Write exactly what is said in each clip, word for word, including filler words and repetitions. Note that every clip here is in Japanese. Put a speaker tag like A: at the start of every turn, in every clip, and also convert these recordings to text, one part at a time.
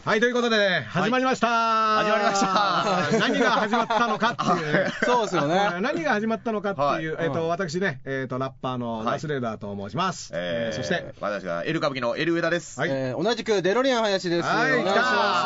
A: はい、ということでね、始まりました、
B: はい、始まりました
A: 何が始まったのかっていう、ね、
C: そうですよね。
A: 何が始まったのかっていう、
B: はい、
A: えっ、ー、と、私ね、えっ、ー、と、ラッパーのダスレーダーと申します。
B: はい、えー、そして、私がエル歌舞伎のエル上田です。
C: はい、えー、同じくデロリアン林です。
A: はい、
C: お願いします。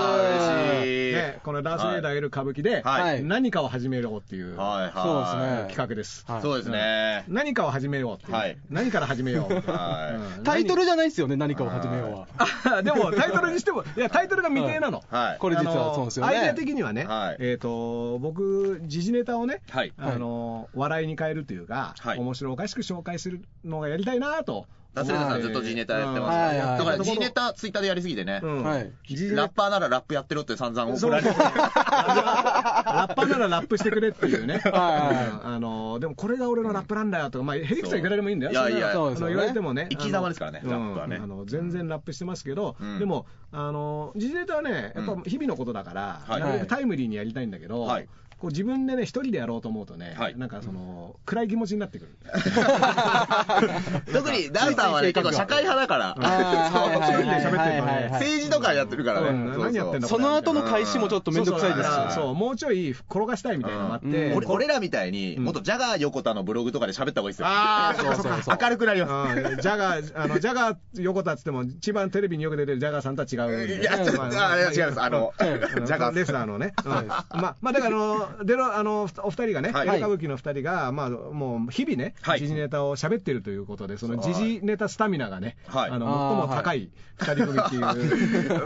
A: 嬉しい。ね、このダスレーダーエル歌舞伎で、はい、何かを始めようっていう、はいはい、そうですね、企画です。
B: はい、そうですね、
A: うん。何かを始めようっていう。はい、何から始めよう。
C: はいうん、タイトルじゃないですよね、何かを始めようは。
A: あでも、タイトルにしても、いや、タイトルが未定なの。
C: はい、これ実はそうですよね。
A: アイデア的にはね、はい、えっ、ー、と、僕、時事ネタをね、はい、あの、笑いに変えるというか、はい、面白おかしく紹介するのがやりたいなと。
B: ダスレーダーさんずっと G ネタやってますね。だから G ネタツイッターでやりすぎてね、うんはい、ラッパーならラップやってろって散々怒られてる。ラッ
A: パーならラップしてくれっていうね。あのでもこれが俺のラップなんだよとか、まあへりくさいくらでもいいんだよ。いやいや、そうですよね、言われてもね。
B: 生き様ですからね、ラップはね。
A: あの全然ラップしてますけど、うん、でもあの G ネタはね、やっぱ日々のことだから、うん、なるべくタイムリーにやりたいんだけど。はいこう自分でね一人でやろうと思うとね、はい、なんかその、うん、暗い気持ちになってくる
B: 特にダンさんはね結構社会派だから政治とかやってるからね、うん、
A: 何やってんだ
C: その後の開始もちょっと面倒くさいですし、
A: そうそうそうもうちょい転がしたいみたいなのがあって、うん、
B: 俺らみたいにもっとジャガー横田のブログとかで喋った方がいいですよ、あそうそうそう明るくなります
A: ジャガーあのジャガー横田っつっても一番テレビによく出てるジャガーさんとは違う、
B: いやちょっとあ違いますあのジャガー
A: レスラーのね、まあだからあのでのあのお二人がね、エル歌舞伎の二人が、まあ、もう日々ね、時事ネタを喋ってるということで、その時事ネタスタミナがね、あの最も高い二人組っていう、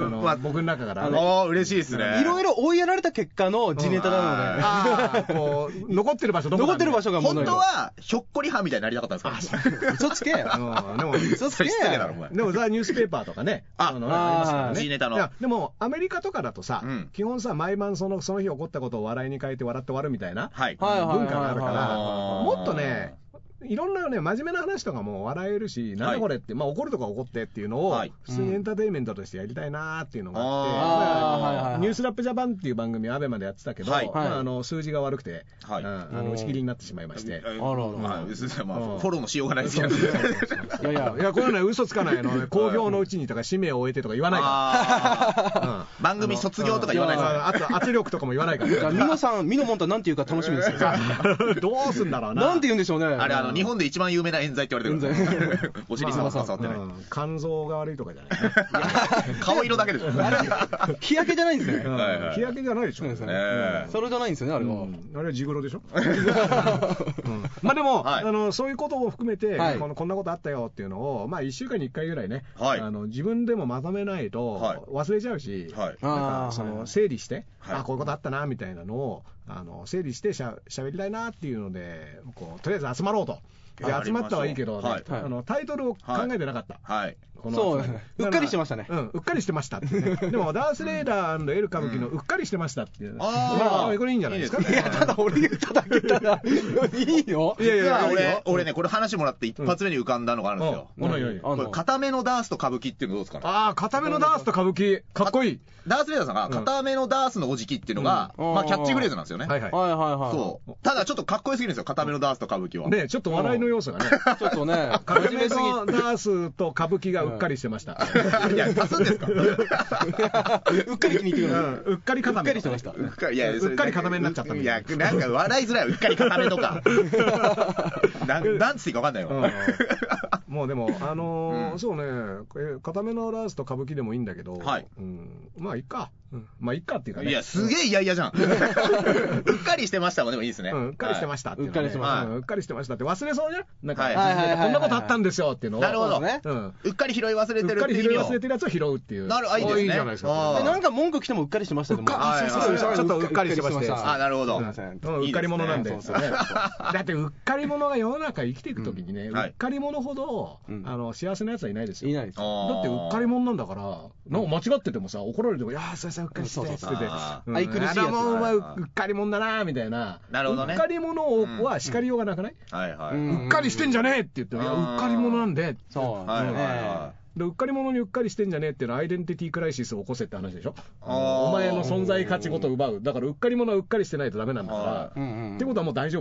A: 僕の中からね。
B: ああ、嬉しいですね。
C: いろいろ追いやられた結果の時ネタなので、
A: ああ、こう、残ってる場所どこ
C: 残ってる場所が
B: 本当は、ひょっこりはんみたいになりたかったんですか
C: 嘘つけよ。
A: でも、
C: 嘘つけよ。
A: でも、ザ・ニュースペーパーとかね、
B: ああ、時ネタの。
A: でも、アメリカとかだとさ、基本さ、毎晩その日起こったことを笑いに変えて笑って終わるみたいな。はい、文化があるから、もっとね、いろんなね、真面目な話とかも笑えるし、なんだこれって、まあ怒るとか怒ってっていうのを、普通にエンターテインメントとしてやりたいなーっていうのがあって、ニュースラップジャパンっていう番組、アベマでやってたけど、まああの数字が悪くて、あの打ち切りになってしまいまして、フォ
B: ローのしようがないですけど、
A: いやいや、いやこれはね、嘘つかないの、公表のうちにとか、使命を終えてとか言わないから、
B: 番組卒業とか言わないから、
A: あと圧力とかも言わないから、
C: ミノさん、ミノモンタなんていうか楽しみですよ、
A: どうすんだろうな、
C: なんて言うんでしょうね。
B: あれあの日本で一番有名な冤罪って言われてるお尻さまさまってね、
A: 肝臓が悪いとかじゃない
B: 顔色だけでしょ
C: 日焼けじゃないんですね、
A: 日焼けじゃないでしょ、
C: それじゃないんですよね、あれは
A: あれは地黒でしょまあでもあのそういうことを含めてこんなことあったよっていうのをまあいっしゅうかんにいっかいぐらいねあの自分でもまとめないと忘れちゃうし、なんかその整理してあこういうことあったなみたいなのをあの整理してしゃべりたいなっていうのでこうとりあえず集まろうと。で集まったはいいけど、はい、あのタイトルを考えてなかった。はい。
C: このそううっかりしてましたね。
A: うん、うっかりしてましたって、ね。でもダースレーダー&エル歌舞伎のうっかりしてましたっていう。ああ、これいいんじゃないですか。
C: いやただ俺言っただけたらいいよ。
B: いやいや俺俺ねこれ話もらって一発目に浮かんだのがあるんですよ。これ固めのダースと歌舞伎っていうのどうですかね。
A: ああ固めのダースと歌舞伎かっこいい。
B: ダースレーダーさんが固めのダースのおじきっていうのがまあキャッチフレーズなんですよね。はいはいはいはい。そう。ただちょっとかっこよすぎるんですよ固めのダースと歌舞伎は。
A: ねちょっと笑いの要素がね。
C: ちょっとね
A: 固めのダースと歌舞伎がうっかりしてました。
B: いや、足すんですか
C: うっかり気に入ってくる。
A: うっかり固め。
C: うっかりしてました。
A: うっかり、いや、うっかり固めになっちゃった。
B: いや、なんか笑いづらい、うっかり固めとか。なん、なんつっていいかわかんないわ。
A: もうでも、あのー、そうね、固めのダースと歌舞伎でもいいんだけど、はい。うん、まあ、いっか。うん、まあ、いっかっていうかね。
B: いや、すげえ嫌々じゃん。うっかりしてましたもんでもいいですね。
A: うん、うっかりしてましたって。
C: うっかりしてました。
A: うっかりしてましたって忘れそうじゃんなんか、こんなことあったんですよっていうのを。
B: なるほどね。うっかり拾い忘れてるっていう。うっかり拾い
A: 忘れてるやつを拾うっていう。
B: なるほど、いいじゃないですか。
C: なんか文句来てもうっかりしてましたでも。ち
A: ょっとうっかりしてました。
B: あ、なるほど。
A: うっかり者なんで。だってうっかり者が世の中生きていくときにね、うっかり者ほど、あの、幸せなやつはいないですよ。
C: いないです。だ
A: ってうっかり者なんだから、なんか間違っててもさ、怒られても、いやー、それさ、うっかりしてって言ってて、愛くるしいやつ。もうお前うっかり者だなーみたいな。
B: なるほどね。
A: うっかり者は叱りようがなくない？はいはい。うっかりしてんじゃねえって言って、いや、うっかり者なんで。そう。はいはいはい。でうっかり者にうっかりしてんじゃねえっていうのはアイデンティティクライシスを起こせって話でしょ。お前の存在価値ごと奪う。だからうっかり者はうっかりしてないとダメなんだから、ってことはもう大丈夫じゃん。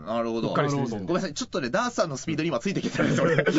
B: なるほど。
A: うっかりしてる。
B: ごめんなさい、ちょっとね、ダースさんのスピードに今ついてきてないです、俺。こ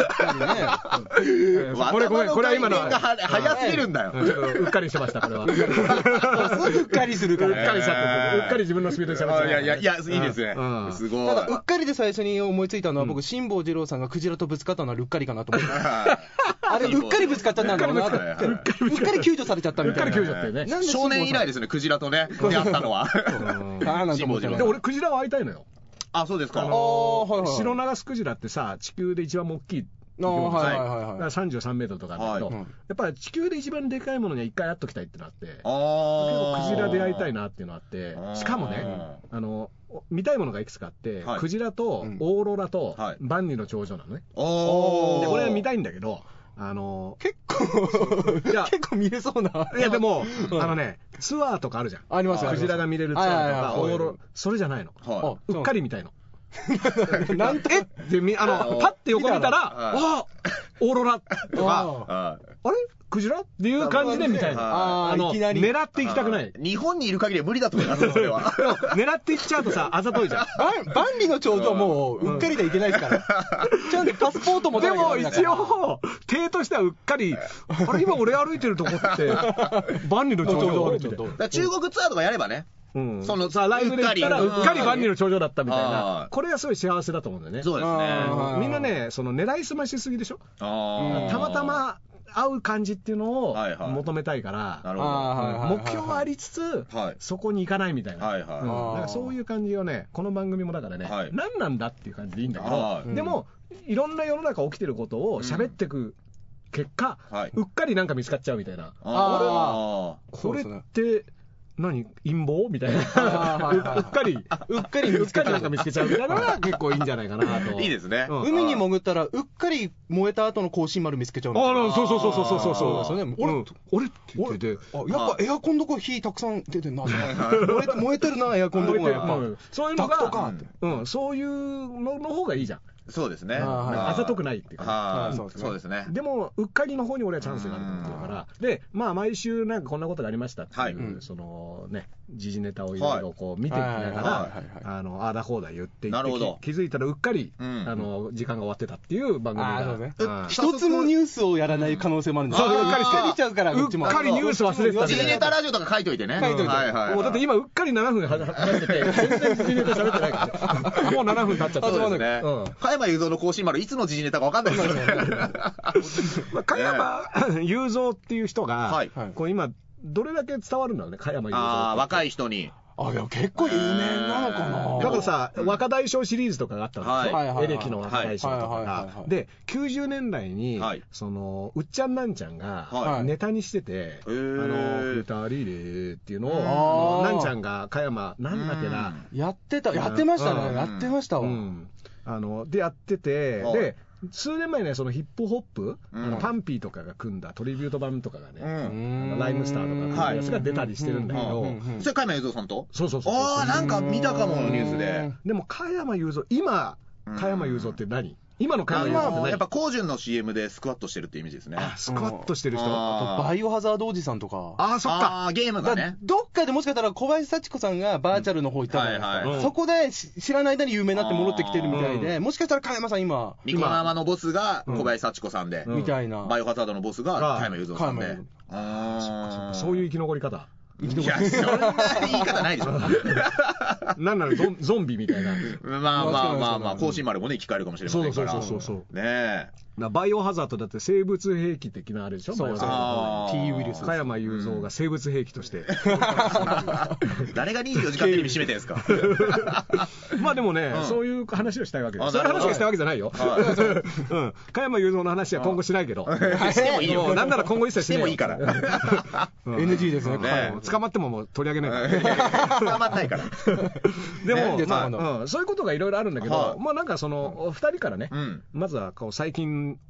A: れごめん、これは今の。
B: が早すぎるんだよ。
A: うっかりしてました、これは。
C: すぐうっかりするから。
A: うっかりしちゃって、うっかり自分のスピードで喋っちゃう。
B: いやいや、いや、いいですね。すごい。
C: ただ、うっかりで最初に思いついたのは、僕、辛坊治郎さんがクジラとぶつかったのはうっかりかなと思って。あれ、うっかりぶつかっちゃったんだろうなって。うっかり救助されちゃったみたいな。
A: うっかり救助ってね。
B: 少年以来ですね、クジラとね、出会ったのは。
A: 辛坊治郎。で、俺、クジラは会いたいのよ。
B: あ、そうですか。
A: シロナガスクジラってさ、地球で一番大きい。さんじゅうさんメートルとかあるんだけど、やっぱり地球で一番でかいものには一回会っときたいってのあって、結構クジラ出会いたいなっていうのあって、しかもね、あの、見たいものがいくつかあって、クジラとオーロラと万里の長城なのね。で、これは見たいんだけど、あの
C: 結構いや結構見れそうな。
A: いやでもあのねツアーとかあるじゃん。
C: ありますよ。
A: クジラが見れるツアーとかオーロそれじゃないの。うっかりみたいの。なんてであのパッて横見たらあオーロラとかあれクジラっていう感じでみたいな。あの狙っていきたくない。
B: 日本にいる限りは無理だと思いますそれは。
A: 狙っていっちゃうとさあざといじゃん。
C: 万里の長城はもううっかりでいけないですから。ちゃんとパスポートも
A: でも一応体としてはうっかりあれ今俺歩いてるとこって万里の長城あるみたいな。
B: 中国ツアーとかやればね。
A: うん、そのさライブで言ったらうっかり万里の長城だったみたいな、これがすごい幸せだと思うんだよね。
B: そうですね。
A: みんなねその狙いすましすぎでしょ。あたまたま合う感じっていうのを求めたいから、目標はありつつそこに行かないみたいな、だからそういう感じをねこの番組もだからね、はい、何なんだっていう感じでいいんだけど、でもいろんな世の中起きてることを喋ってく結果、うんはい、うっかりなんか見つかっちゃうみたいな。あこれって何陰謀みたいな。うっかり
C: うっかり
A: うっかりなんか見つけちゃうみたいなのが結構いいんじゃないかなと。
B: いいですね。
C: 海に潜ったらうっかり燃えた後の甲信丸見つけちゃうの。
A: ああそうそうそうそうそうそうそう。
C: 俺
A: 俺って言ってて、
C: やっぱエアコンどこ火たくさん出てんな。燃えてるなエアコンどこがやっぱ。
A: そういうのがうんそういうのの方がいいじゃん。
B: そうですね。
A: あざとくないっていうか。
B: そうですね。
A: でもうっかりの方に俺はチャンスがあると思ってるから、でまあ毎週なんかこんなことがありましたっていうそのね時事ネタをいろいろこう見ていきながらあのああだこうだ言っていって気づいたらうっかりあの時間が終わってたっていう番組が
C: 一つもニュースをやらない可能性もあるんです。
A: そううっかりして
C: ちゃうから
A: うっかりニュース忘れてた。
B: 時事ネタラジオとか書いといてね。
A: 書いといて。もうだって今うっかりななふん話してて全然時事ネタ喋ってないからもうななふん経っちゃった。
B: そうですね。加山雄三の甲子園いつの時事ネタか分かんないですよね。
A: 加山雄三っていう人が、こう今どれだけ伝わるんだろうね、加山雄三。
B: ああ、若い人に。
C: あ、いや結構有名なのかな。
A: だからさ、若大将シリーズとかがあったんですよ。エレキの若大将とかが。で、きゅうじゅうねんだいに、そのうっちゃんなんちゃんがネタにしてて、あのふたりでっていうのをなんちゃんが加山なんだっけな
C: やってたやってましたねやってましたわ。
A: あのでやってて、で数年前ねそのヒップホップ、うん、あのパンピーとかが組んだトリビュート版とかがね、うん、ライムスターとかのやつが出たりしてるんだけど、
B: それ加山雄三さんと
A: そうそうそう。
B: ああなんか見たかもニュースで。
A: でも加山雄三今加山雄三って何？今の加山雄三って何？
B: やっぱコージュンの シーエム でスクワットしてるってイメージですね。
A: あスクワットしてる人。
C: あとバイオハザードおじさんとか。
A: あそっか。
B: あゲームがね。
C: どっかでもしかしたら小林幸子さんがバーチャルの方行ったじゃないですか。そこで知らない間に有名になって戻ってきてるみたいで、もしかしたら加山さん今
B: ニコ生のボスが小林幸子さんで、
C: みたいな。
B: バイオハザードのボスが加山雄三さんで。
A: ああそういう生き残り方。
B: いやそんな言い方ないでしょ。
A: なんならゾンゾンビみたいな。
B: まあまあまあまあ甲子丸もね生き返るかもしれませんから。
A: そうそうそうそう。
B: ねえ。
A: バイオハザードだって生物兵器的なあれでしょ。
C: そうそう。T ウイルス。
A: 加山雄三が生物兵器として。
B: 誰がにじゅうよじかんテレビ閉めてるんですか。
A: まあでもねそういう話をしたいわけです。そういう話をしたいわけじゃないよ。加山雄三の話は今後しないけど。
B: してもいいよ。
A: なんなら今後一切
B: してもいいから。
A: エヌジー ですね。捕まってももう取り上げない
B: から。捕まんないから。
A: でもまあそういうことがいろいろあるんだけど、まあなんかそのふたりからね、まずはこう最近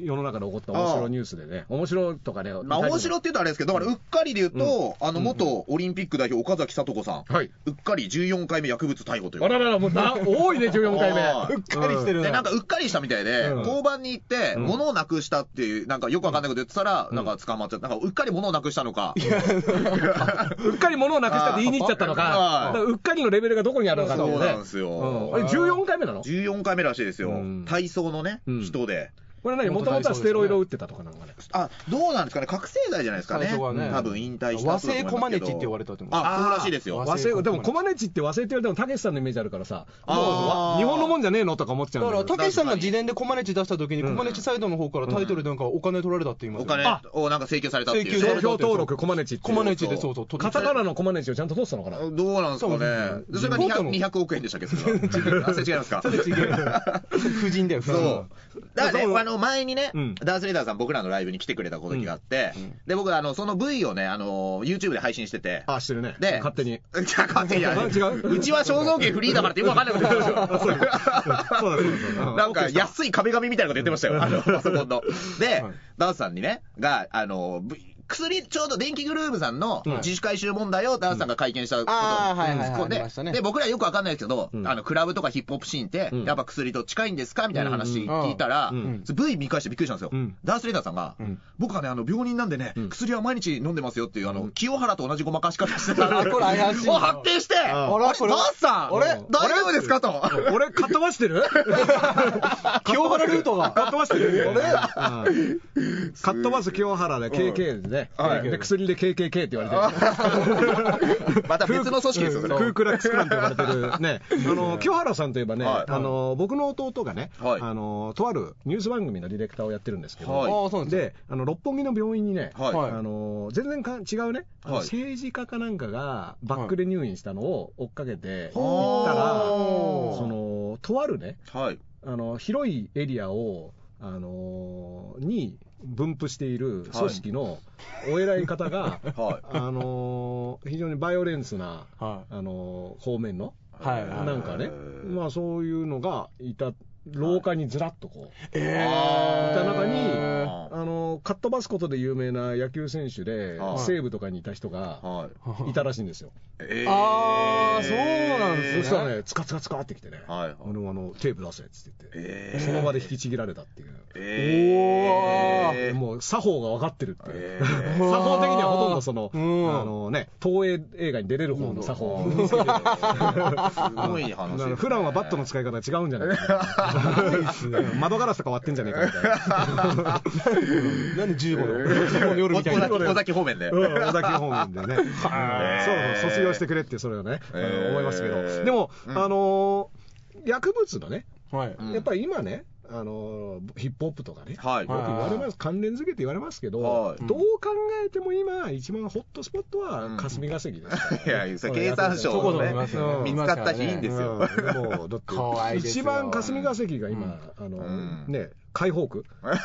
A: 世の中で起こった面白いニュースでね、面白いとかね、
B: まあ面白って言うとあれですけど、だからうっかりで言うと、あの元オリンピック代表岡崎聡子さん、うっかりじゅうよんかいめ薬物逮捕という。
A: あららら、もう多いね、じゅうよんかいめ。
C: うっかりしてる
B: で、なんかうっかりしたみたいで、交番に行って、物をなくしたっていう、なんかよくわかんないこと言ってたら、なんか捕まっちゃった。なんかうっかり物をなくしたのか。
A: うっかり物をなくしたって言いに行っちゃったのか、うっかりのレベルがどこにあるのかっていうね。
B: そうなんですよ。
A: あれじゅうよんかいめなの？
B: じゅうよんかいめらしいですよ。体操のね、人で。
A: これ何、もともとはステロイド打ってたとかなんかね。
B: あ、どうなんですかね、覚醒剤じゃないですかね。多分引退した
C: 和製コマネチって言われたと思う。
B: あ、そうらしいですよ。
A: 和製、でもコマネチって和製って言われてもたけしさんのイメージあるからさ、もう日本のもんじゃねえのとか思っちゃうんだけど。
C: だからたけしさんが自伝でコマネチ出した時にコマネチサイドの方からタイトルでなんかお金取られたって言いますよ。
B: お金をなんか請求されたっていう。
A: 商標登録コマネチって。
C: コマネチでそうそう。
A: カタカナのコマネチをちゃんと通したのかな。
B: どうなんですかね。それがにひゃくおくえんでしたっけ？それは。違いますか？
C: それ違う。夫人だよ。
B: そう。だからね、あの前にね。ダースレーダーさん僕らのライブに来てくれた時があって、うん、で僕あのその V をねあの YouTube で配信してて、
A: あしてるね。
B: で
A: 勝手に
B: 勝手にやる。違う。うちは肖像権フリーだからってよくわかんないこと言ってましたよ。そうだ。なんか安い壁紙みたいなこと言ってましたよ。あのパソコンの。で、ダースさんにねがあの V薬、ちょうど電気グルーヴさんの自主回収問題をダースさんが会見したことを突っ込んで、で、僕らよくわかんないですけど、あの、クラブとかヒップホップシーンって、やっぱ薬と近いんですかみたいな話聞いたら、V 見返してびっくりしたんですよ。ダースレーダーさんが、僕はね、あの、病人なんでね、薬は毎日飲んでますよっていう、あの、清原と同じごまかし方してたら、
C: これ怪しい。
B: を発展して、あれ、ダースさん、大丈夫ですかと。
A: 俺、かっ飛ばしてる
C: 清原ルートが。
A: かっ飛ばしてるかっ飛ばす清原で ケーケー でね。で、薬で ケーケーケー って言われてる。
B: また別の組織ですよ、
A: クークラックスクランって呼ばれてるね。あの、清原さんといえばね、あの、僕の弟がね、あの、とあるニュース番組のディレクターをやってるんですけど、で、あの、六本木の病院にね、あの、全然か違うね、政治家かなんかがバックで入院したのを追っかけて行ったら、その、とあるね、あの、広いエリアを、あの、に、分布している組織のお偉い方が、はい、あのー、非常にバイオレンスな、はい、あのー、方面の、はい、なんかね、まあそういうのがいた、廊下にずらっとこう、えー、いた中に、あのー、かっ飛ばすことで有名な野球選手で、はい、西武とかにいた人がいたらしいんですよ。
C: えー、ああ、そうなんですね。
A: そしたらね、つかつかつかってきてね、はい、俺もあのテープ出せって言って、えー、その場で引きちぎられたっていう。えー、おー、もう作法が分かってるっていう、えー、作法的にはほとんどその、うん、あのね、東映映画に出れる方の作法を身につけて、す
B: ごい話。
A: 普段はバットの使い方が違うんじゃないかな。窓ガラスとか割ってんじゃねえかみたいな。
C: なんでじゅうごの夜みたいな。
B: 尾崎方面で。
A: 尾崎方面でね。そうそう、卒業してくれってそれをね、思いますけど。でも、あの、薬物のね、やっぱり今ね、あのヒップホップとかね、はい、よく言われます、関連づけて言われますけど、はい、どう考えても今、一番ホットスポットは霞が関です、
B: ね、うん、いや、経産省のね、見つかった日いいんですよ。うん、
A: でもだって一番霞が関が今、うん、あの、うん、ね、解放区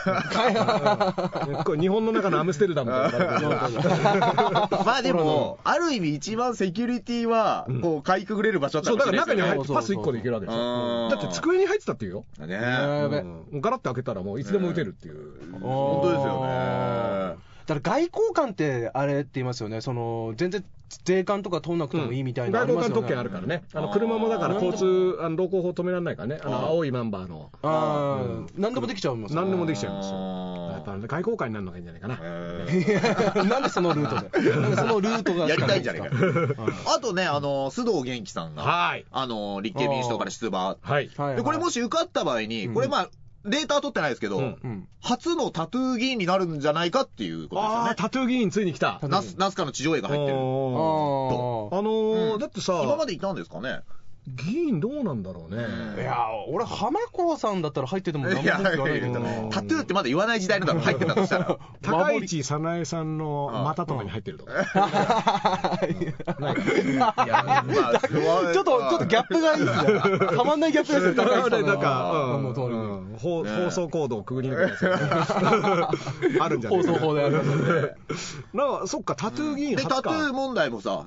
A: 日本の中のアムステルダムとか
B: まあでも、ある意味一番セキュリティは、こう、かいくぐれる場所だった
A: かもしれないですね。そう、だから中に入ってパスいっこでいけるわけですよ。だって机に入ってたっていうよ。ねえ。ガラッと開けたらもういつでも撃てるっていう。
B: 本当ですよね。
C: だから外交官ってあれって言いますよね、その全然税関とか通んなくてもいいみたいな、
A: うん、外交官特権あるからね、あの車もだから交通あの道交法止められないからね、あの青いナンバーの、
C: あ、うん、何でもできちゃいます、
A: ね、何でもできちゃいますよ。やっぱ外交官になるのがいいんじゃないかな。
C: なんでそのルートで、なんでそのルートが
B: やりたいんじゃないか。あとね、あの須藤元気さんが、はい、あの立憲民主党から出馬、はい、でこれもし受かった場合に、これまあデータは取ってないですけど、うんうん、初のタトゥー議員になるんじゃないかっていうことですよね。
A: あ、タトゥー議員ついに来た。
B: ナスカの地上絵が入ってる。あ、あ
A: のーうん、だってさ、
B: 今までいたんですかね。
A: 議員どうなんだろうね。
C: いや、俺浜子さんだったら入ってても何も文句言わないけど、
B: タトゥーってまだ言わない時代のだろ、入ってたとしたら。
A: 高市早苗さんの股とかに入ってるとか。
C: ちょっとちょっとギャップがいいですね。たまんないギャップですね。高市さんの。なんか
A: 放送コードをくぐり抜けですよ。あるんじゃない
C: 放送法であるんで。
A: なんかそっか、タトゥー議員
B: でタトゥー問題もさ、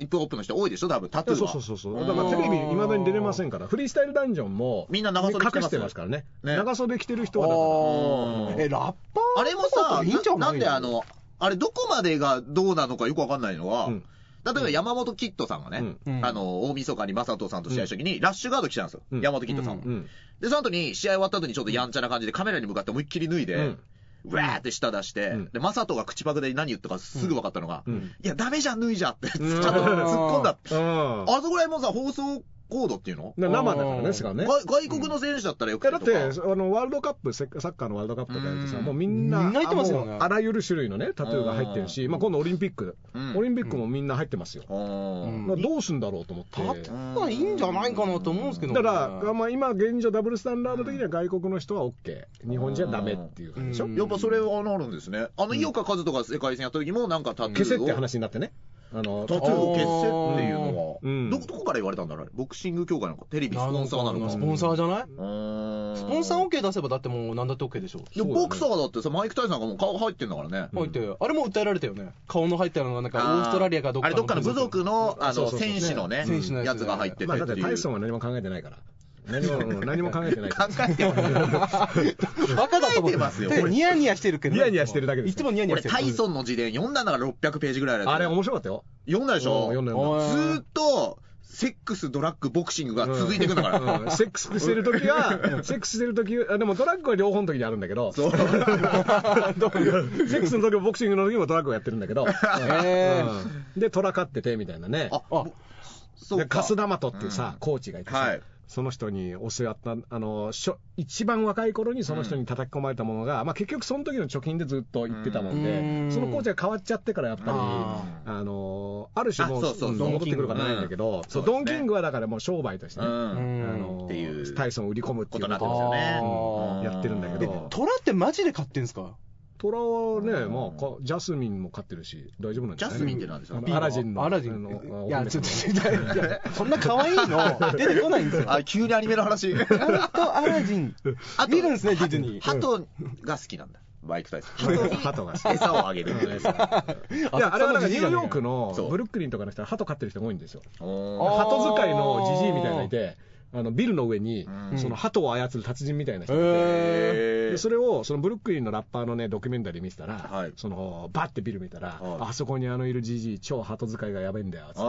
B: ヒップホップの人多いでしょ、多分タトゥーは。
A: そうそうそうそう。だからテレビいまだに出れませんから、フリースタイルダンジョンも
B: みんな長袖着てます。
A: 隠してますからね。長袖着てる人はだから。
C: え、ラッパー
B: あれもさ、
C: いいんじゃない
B: なんであの、あれどこまでがどうなのかよくわかんないのは、例えば山本キッドさんがね、あの、大晦日に正人さんと試合した時に、ラッシュガード来たんですよ。山本キッドさんは。で、その後に試合終わった後にちょっとやんちゃな感じでカメラに向かって思いっきり脱いで、うわーって舌出して、で、正人が口パクで何言ったかすぐ分かったのが、いや、ダメじゃん、脱いじゃって、ちゃんと突っ込んだって。あそこら辺もさ、放送、コードっていうの
A: 生だからね、しかね。
B: 外国の選手だったらよく
A: だって、あの、ワールドカップ、サッカーのワールドカップとかやるとさ、もうみんな、あらゆる種類のね、タトゥーが入ってるし、まあ今度オリンピック、オリンピックもみんな入ってますよ。どうすんだろうと思って。
C: タトゥーはいいんじゃないかなと思うんですけど。
A: だから、まあ今現状ダブルスタンダード的には外国の人は OK。日本人はダメっていう感じでしょ。
B: やっぱそれはなるんですね。あの、井岡一翔が世界戦やった時もなんかタトゥーを。
A: 消せって話になってね。
B: あのタトゥーを消せっていうのは、うん、ど, どこから言われたんだろう、ボクシング協会のテレビスポンサーなのかな、
C: スポンサーじゃない、スポンサー OK 出せばだってもう何だって OK でしょ。
B: いや、ボクサーだってさ、マイク・タイソンがもう顔入ってんだからね。
C: 入ってる、あれも訴えられたよね。顔の入ってるのがなんかオーストラリアかどっかの
B: あれどっかの部族のあの選手のねやつが入ってて、
A: まあだってタイソンは何も考えてないから。何も何も考えてない。
B: 考えてます
C: バカだと思ってますよ。ニヤニヤしてるけど。
A: ニヤニヤしてるだけです。
C: いつもニヤニヤしてる。
B: 俺タイソンの自伝読んだんだからろっぴゃくページぐらいある。
A: あれ面白かったよ。
B: 読んだでしょ。
A: 読んだ読んだ。
B: ずーっとセックスドラッグボクシングが続いていくんだから。
A: セックスしてる時はセックスしてる時はでもドラッグは両方の時にあるんだけど。そう。セックスの時もボクシングの時もドラッグをやってるんだけど。でトラ飼っててみたいなね。あ、そうか。カスダマトっていうさコーチがいてさ。その人にお世話ったあの一番若い頃にその人に叩き込まれたものが、うん、まあ、結局その時の貯金でずっと言ってたもんで、うん、そのコーチが変わっちゃってからやっぱり あ, あのある種もう戻ってくるかないんだけど、そうドンキングはだからもう商売としてね、うん、あのっていうタイソンを売り込むっていうことを、ね、やってるんだけど。
C: トラってマジで買ってんすか？
A: トラはね、まあ、ジャスミンも飼ってるし、大丈夫なんじゃない？
B: ジャスミンってなんですか？
A: アラジンの。
C: アラジンの。いや、ちょっと、そんな可愛いの出てこないんですよ。
B: あ、急にアニメの話。
C: ちゃんとアラジン。見るんですね、ディズニー。
B: ハトが好きなんだ。バイクタイソ
A: ン。ハトが好き。
B: 餌をあげる。い
A: や、あれはなんかニューヨークのブルックリンとかの人はハト飼ってる人が多いんですよ。ハト使いのジジイみたいなのがいて、あのビルの上にその鳩を操る達人みたいな人がいて、でそれをそのブルックリンのラッパーのねドキュメンタリー見てたら、はい、そのバッてビル見たら、はい、あそこにあのいるジジイ超鳩使いがやべえんだよつって、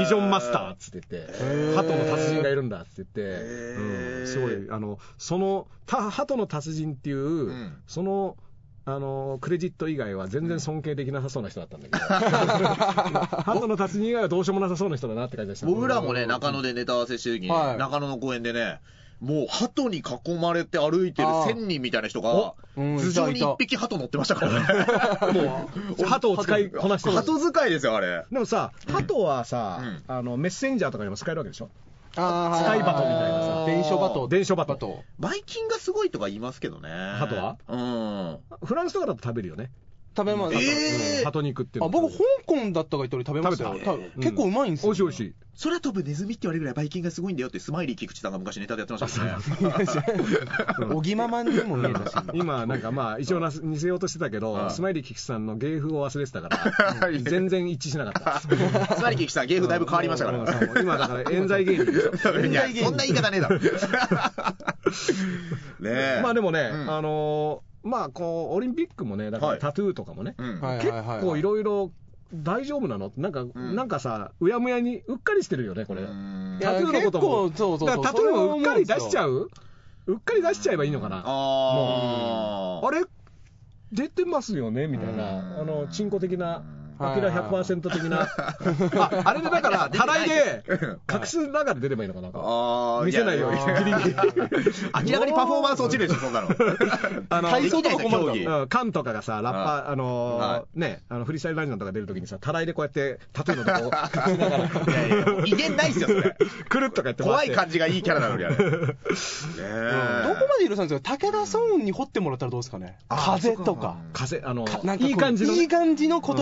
A: ピジョンマスターっつって言って鳩の達人がいるんだっつって言って、うん、すごいあのその鳩の達人っていう、うん、そのあのクレジット以外は全然尊敬できなさそうな人だったんだけど、ハトの達人以外はどうしようもなさそうな人だなって感じでした。
B: 僕らもね、中野でネタ合わせしてる時に、はい、中野の公園でね、もう鳩に囲まれて歩いてる千人みたいな人が頭上に一匹鳩乗ってましたからね。も
A: う鳩を使いこなしてる。
B: 鳩使いですよあれ。
A: でもさ、鳩はさ、うん、あのメッセンジャーとかにも使えるわけでしょ。あ使いバトみたいなさ、
C: 伝書バト、
A: 伝書バト。
B: バイキンがすごいとか言いますけどね。
A: 鳩は？うん。フランスとかだと食べるよね。
C: 食べます。
A: えー、鳩肉っていうの。
C: あ、僕香港だったか一人食べましたよ。結構うまいんですよ。
A: 美味しい美味しい。
B: それは多分ネズミって言われるぐらいバイキンがすごいんだよってスマイリー菊池さんが昔ネタでやってましたね。
C: おぎままにも見えたし。
A: 今なんかまあ一応な似せようとしてたけど、スマイリー菊池さんの芸風を忘れてたから全然一致しなかった。
B: スマイリー菊池さん芸風だいぶ変わりましたから。
A: 今だから冤罪芸人ですよ。
B: 冤罪芸人。そんな言い方ねえだろ。ね
A: え。まあでもね、あのまあこうオリンピックもね、だからタトゥーとかもね、結構いろいろ大丈夫なのなんか、うん、なんかさ、うやむやにうっかりしてるよね、これ。タトゥーのことも。そうそうそう。だからタトゥーもうっかり出しちゃううっかり出しちゃえばいいのかな。あもうあれ出てますよねみたいな、あの、チンコ的な。アキラ ひゃくパーセント 的な。あ、あれでだから、たらいで、隠す中で出ればいいのかな。あ見せないように。ギリギリ。
B: 明らかにパフォーマンス落ちるでしょ、そんなの。
C: あの、体操とか困る
A: の。カンとかがさ、ラッパー、あの、ね、あの、フリースタイルランジャーとか出るときにさ、たらいでこうやってタトゥーのとこ隠しながら。いやいや、
B: 威厳ないっすよ、それ。
A: くるっとかやって
B: 怖い感じがいいキャラなのに、あれ。どこ
C: まで許さんですか武田ソーンに掘ってもらったらどうですかね。風とか。
A: 風、あの、いい感じの。
C: いい感じの言葉をまず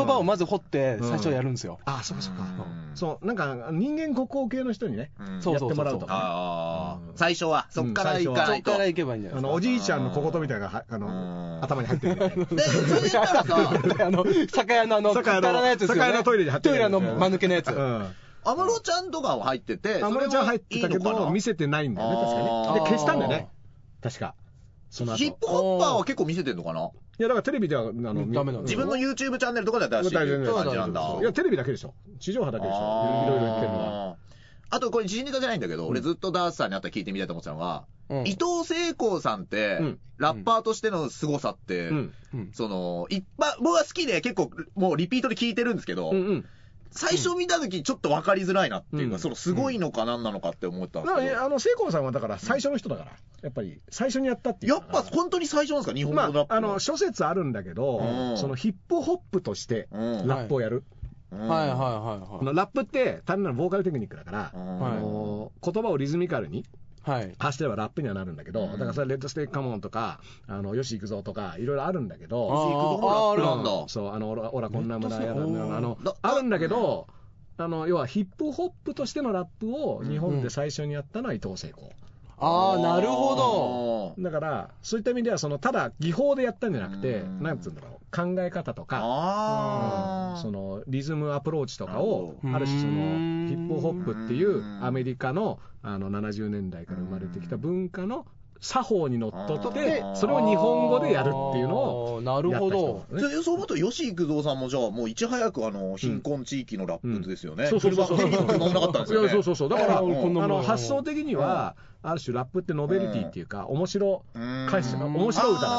C: 掘って最初やるんですよ。
A: ああ、そうかそうか。そう、なんか人間国宝系の人にね、やってもらうとか。
B: 最初は、そっから行かないと。
C: そっから行けばいいんじゃないですか。
A: おじいちゃんの小言みたいなのが頭に入ってる。
B: で、それ言ったらさ、
C: あの、酒屋のあの、くだらないやつですよね。
A: 酒屋のトイレに貼ってる。
C: トイレの間抜けのやつ。
B: 安室ちゃんとかは入ってて、
A: 安室ちゃん入ってたけど、見せてないんだよね、確かに。で、消したんだよね。確か。
B: ヒップホッパーは結構見せてんのかな。
A: いや、だからテレビでは、あの、
C: ダメなの。
B: 自分の YouTube チャンネルとかで出してる感じなんだ。
A: いや、テレビだけでしょ。地上波だけでしょ。いろいろ言ってるのは。
B: あと、これ、時事ネタじゃないんだけど、俺ずっとダースさんに会ったら聞いてみたいと思ってたのが、伊藤聖光さんって、ラッパーとしての凄さって、その、一般、僕は好きで結構、もうリピートで聞いてるんですけど、最初見たときちょっと分かりづらいなっていうか、そのすごいのか何なのかって思ったんですけど。
A: あの、聖光さんはだから最初の人だから、やっぱり最初にやったっていう。
B: やっぱ本当に最初なんですか、日本語ラップ。
A: まあ、あの、諸説あるんだけど、そのヒップホップとしてラップをやる。
C: はいはいはいはい。
A: ラップって単なるボーカルテクニックだから、あの、言葉をリズミカルに発してればラップにはなるんだけど、だからそれレッドステーキカモンとか、あの、よし行くぞとか、いろいろあるんだけど、
B: ああ、なんだ。
A: そう、あの、オラこんな村やら、あの、あるんだけど、あの、要はヒップホップとしてのラップを日本で最初にやったのは伊藤聖光。
C: ああ、なるほ
A: ど。だから、そういった意味では、その、ただ技法でやったんじゃなくて、なんつうんだろう、考え方とか、その、リズムアプローチとかを、ある種その、ヒップホップっていうアメリカの、あの、ななじゅうねんだいから生まれてきた文化の作法にのっとって、それを日本語でやるっていうのを、
C: なるほど。
B: そう思うと、吉幾三さんもじゃあ、もういち早く、あの、貧困地域のラップですよね。
A: そうそうそう。
B: 手に乗んなかったんですよね。
A: そうそうそう。だから、あの、発想的には、ある種ラップってノベリティっていうか、面白返しとか、面白歌だから、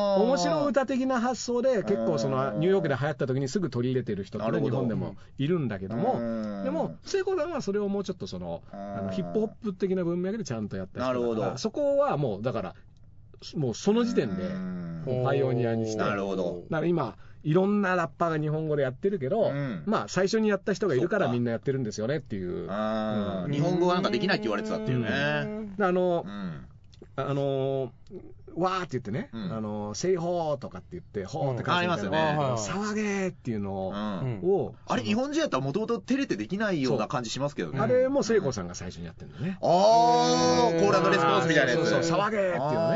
A: 面白歌的な発想で、結構その、ニューヨークで流行った時にすぐ取り入れてる人って日本でもいるんだけども、でも、聖光さんはそれをもうちょっとその、あのヒップホップ的な文脈でちゃんとやった人だから、そこはもう、だから、もうその時点でパイオニアにして、
B: なるほど。
A: だから今いろんなラッパーが日本語でやってるけど、うん、まあ最初にやった人がいるからみんなやってるんですよねっていう。
B: うん、日本語はなんかできないって言われてたっていうね。
A: うん、あの、うん、あのわーって言ってね、うん、あのせいほーとかって言ってほーって感じで、
B: ありますよね。
A: 騒げーっていうのを、うん、
B: あれ日本人だったらもともと照れてできないような感じしますけどね。
A: あれも聖光さんが最初にやってるんだね。
B: ああ、コーラのレスポンスみたいなやつ。
A: そうそう、騒げーっていうの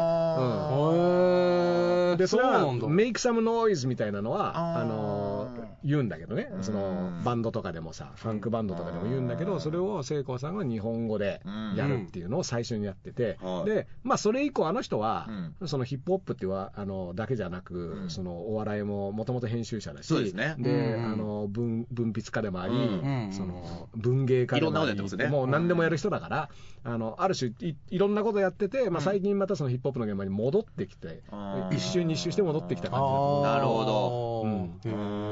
A: ね。うん、でそれはメイクサムノイズみたいなのはあの言うんだけどね、そのバンドとかでもさ、ファンクバンドとかでも言うんだけど、それを聖光さんが日本語でやるっていうのを最初にやってて、でまあそれ以降あの人はそのヒップホップっていうはあのだけじゃなく、そのお笑いももともと編集者だし、
B: そうですね。
A: であの文文筆家でもあり、その文芸家でもあり、もう何でもやる人だから、あのある種 い, いろんなことやってて、まあ最近またそのヒップホップの現場に戻ってきて、一周二周して戻ってきた感じだと思う。
B: なるほど。
A: うん、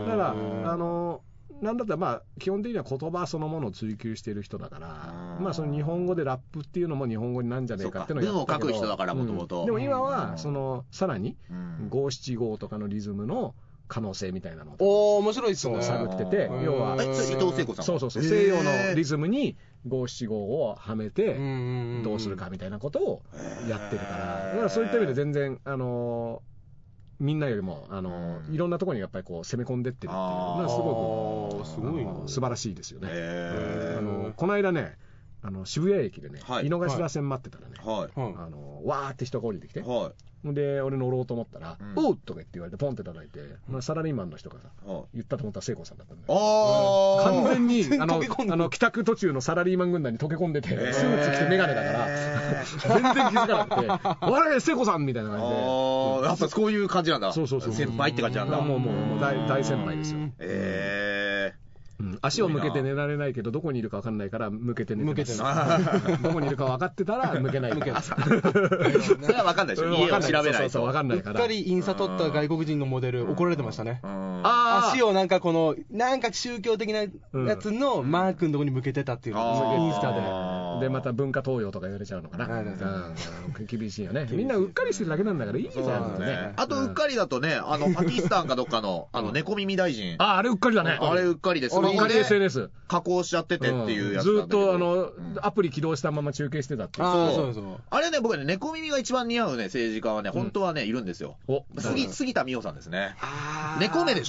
A: だからあのなんだったらまあ基本的には言葉そのものを追求している人だから、まあその日本語でラップっていうのも日本語になんじゃねえかっていうのをやったけど、
B: 文を書く人だからもともと。
A: でも今はそのさらに五七五とかのリズムの可能性みたいなの
C: を面白いですね。
A: 探ってて、要は
B: 伊藤聖子さん、
A: そうそうそう、西洋のリズムに五七五をはめてどうするかみたいなことをやってるから、だからそういった意味で全然あのみんなよりもあのいろんなところにやっぱりこう攻め込んでってるっていうのはすごくすごい素晴らしいですよね。あのこの間ね、あの渋谷駅でね、井の頭線待ってたらね、あのわーって人が降りてきて、で俺乗ろうと思ったら「おう!」とか言って言われてポンって叩いて、サラリーマンの人がさ言ったと思ったら聖子さんだったんだよ。完全にあのあの帰宅途中のサラリーマン軍団に溶け込んでて、スーツ着てメガネだから全然気づかなくて「あれ聖子さん!」みたいな感じで。
B: やっぱそういう感じなんだ。
A: そうそうそう、
B: 先輩って感じなんだ。
A: もうもうもう 大, 大先輩ですよ。
B: えー
A: うん、足を向けて寝られないけどどこにいるか分かんないから向けて寝てます。どこにいるか分かってたら向けないから。
B: それは分かんないでしょ。家を調べないと
A: 分かんないから。
C: うっかりインスタ撮った外国人のモデル怒られてましたね。あ足をなんかこのなんか宗教的なやつのマークのとこに向けてたっていうのインスタで。
A: でまた文化盗用とか言われちゃうのかな。厳しいよね。みんなうっかりしてるだけなんだからいいじゃんね。
B: あとうっかりだとね、あのパキスタンかどっかのあの猫耳大臣。
A: ああれうっかりだね。
B: あれうっかりです。
A: うっかり エスエヌエス
B: 加工しちゃっててっていうやつ、
A: うん、ずっとあの、うん、アプリ起動したまま中継してたっていう。
B: あそうそうあれね、僕ね、猫耳が一番似合うね政治家はね、本当はねいるんですよ。お杉杉田水脈さんですね。猫目でしょ。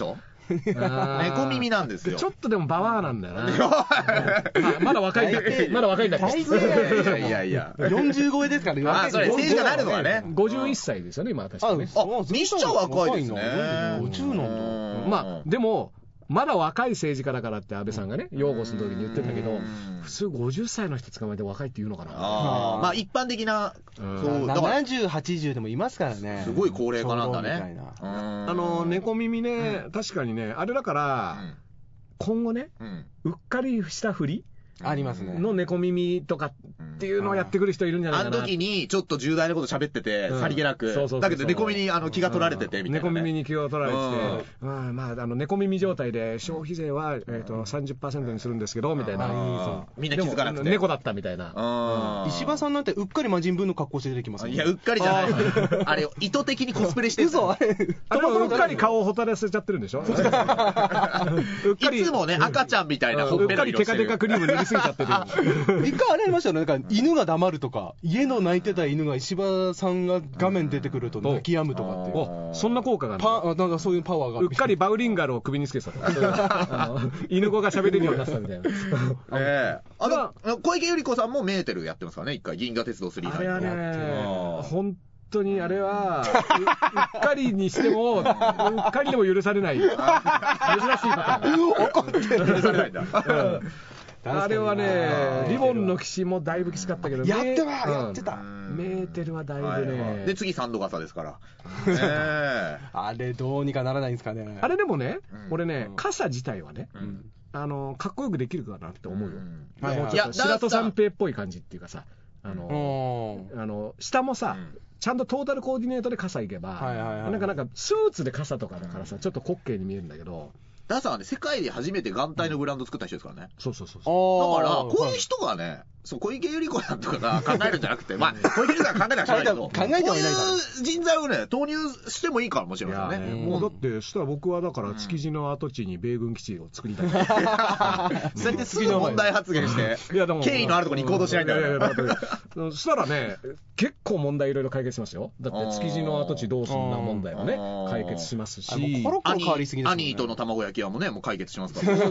B: 猫耳なんですよ。
A: ちょっとでもババアなんだよな。まだ若いんだって、まだ若いんだって。
B: いやいやいや。
C: よんじゅう超えですからね。
B: あ、それ、政治家になるのはね。
A: ごじゅういっさいですよね、今、確かに。
B: あ、にしちゃ若いですね。
C: ごじゅうなんだ。
A: まあ、でも、まだ若い政治家だからって安倍さんがね、擁護する時に言ってたけど、普通ごじゅっさいの人捕まえて若いって言うのかな。
B: あまあ一般的な、
C: そうななじゅう、はちじゅうでもいますからね。
B: すごい高齢化なんだね。
A: あの、猫耳ね、確かにね、あれだから、今後ね、うっかりしたふり
C: ありますね。
A: の猫耳とかっていうのをやってくる人いるんじゃないかな。
B: あの時にちょっと重大なこと喋ってて、さりげなく。だけど猫耳にあの気が取られててみたいな。
A: 猫耳に気が取られてて、まあ、あの猫耳状態で消費税はえっと さんじゅっパーセント にするんですけど、みたいな。
B: みんな気づかなくて。
A: 猫だったみたいな。
C: 石破さんなんてうっかり魔人ブーの格好して出てきますね。
B: いや、うっかりじゃない。あれ、意図的にコスプレしてる。
C: 嘘あれ。
A: あれもうっかり顔をほたらせちゃってるんでしょ。うっかり。
B: いつもね、赤ちゃんみたいなほっぺの色してる。
A: うっかりテカテカクリーム塗りすぎちゃってる。
C: 一回あれありましたよね。なんか犬が黙るとか、家の泣いてた犬が石破さんが画面出てくると泣き止むとかって。
A: そんな効果がある。
C: パなんかそういうパワーが。
A: うっかりバウリンガルを首につけてたとか。犬語が喋れるようになったみたいな。
B: ええ。あの小池百合子さんもメーテルやってますからね。一回銀河鉄道スリー。
A: あれはね、本当にあれはうっかりにしてもうっかりでも許されない。珍しいパターン。
C: 怒って
B: 許されないんだ。
A: あれはね、リボンの騎士もだいぶきつかったけど、
C: やってた、やってた。
A: メーテルはだいぶね。
B: で、次、三度傘ですから。
C: あれ、どうにかならないんですかね。
A: あれでもね、俺ね、傘自体はね、あの、かっこよくできるかなって思うよ。いや、白戸三平っぽい感じっていうかさ、あの、あの、下もさ、ちゃんとトータルコーディネートで傘いけば、なんかなんかスーツで傘とかだからさ、ちょっと滑稽に見えるんだけど、
B: ダーさんはね、世界で初めて眼帯のブランド作った人ですからね。
A: そうそうそうそ
B: う。だから、こういう人がね、そう、小池百合子さんとかが考えるんじゃなくて、まあ、小池百合子さん考えたらしないけど、考えてもいないから。こういう人材をね、投入してもいいかもしれませんね。
A: もうだって、そしたら僕はだから、築地の跡地に米軍基地を作りたい。
B: それですぐ問題発言して、敬意のあるところに行こうとしないんだよね。
A: そしたらね、結構問題いろいろ解決しますよ。だって、築地の跡地どうすんな問題もね、解決しますし、
B: アニートの卵焼き屋もね、もう解決しますから。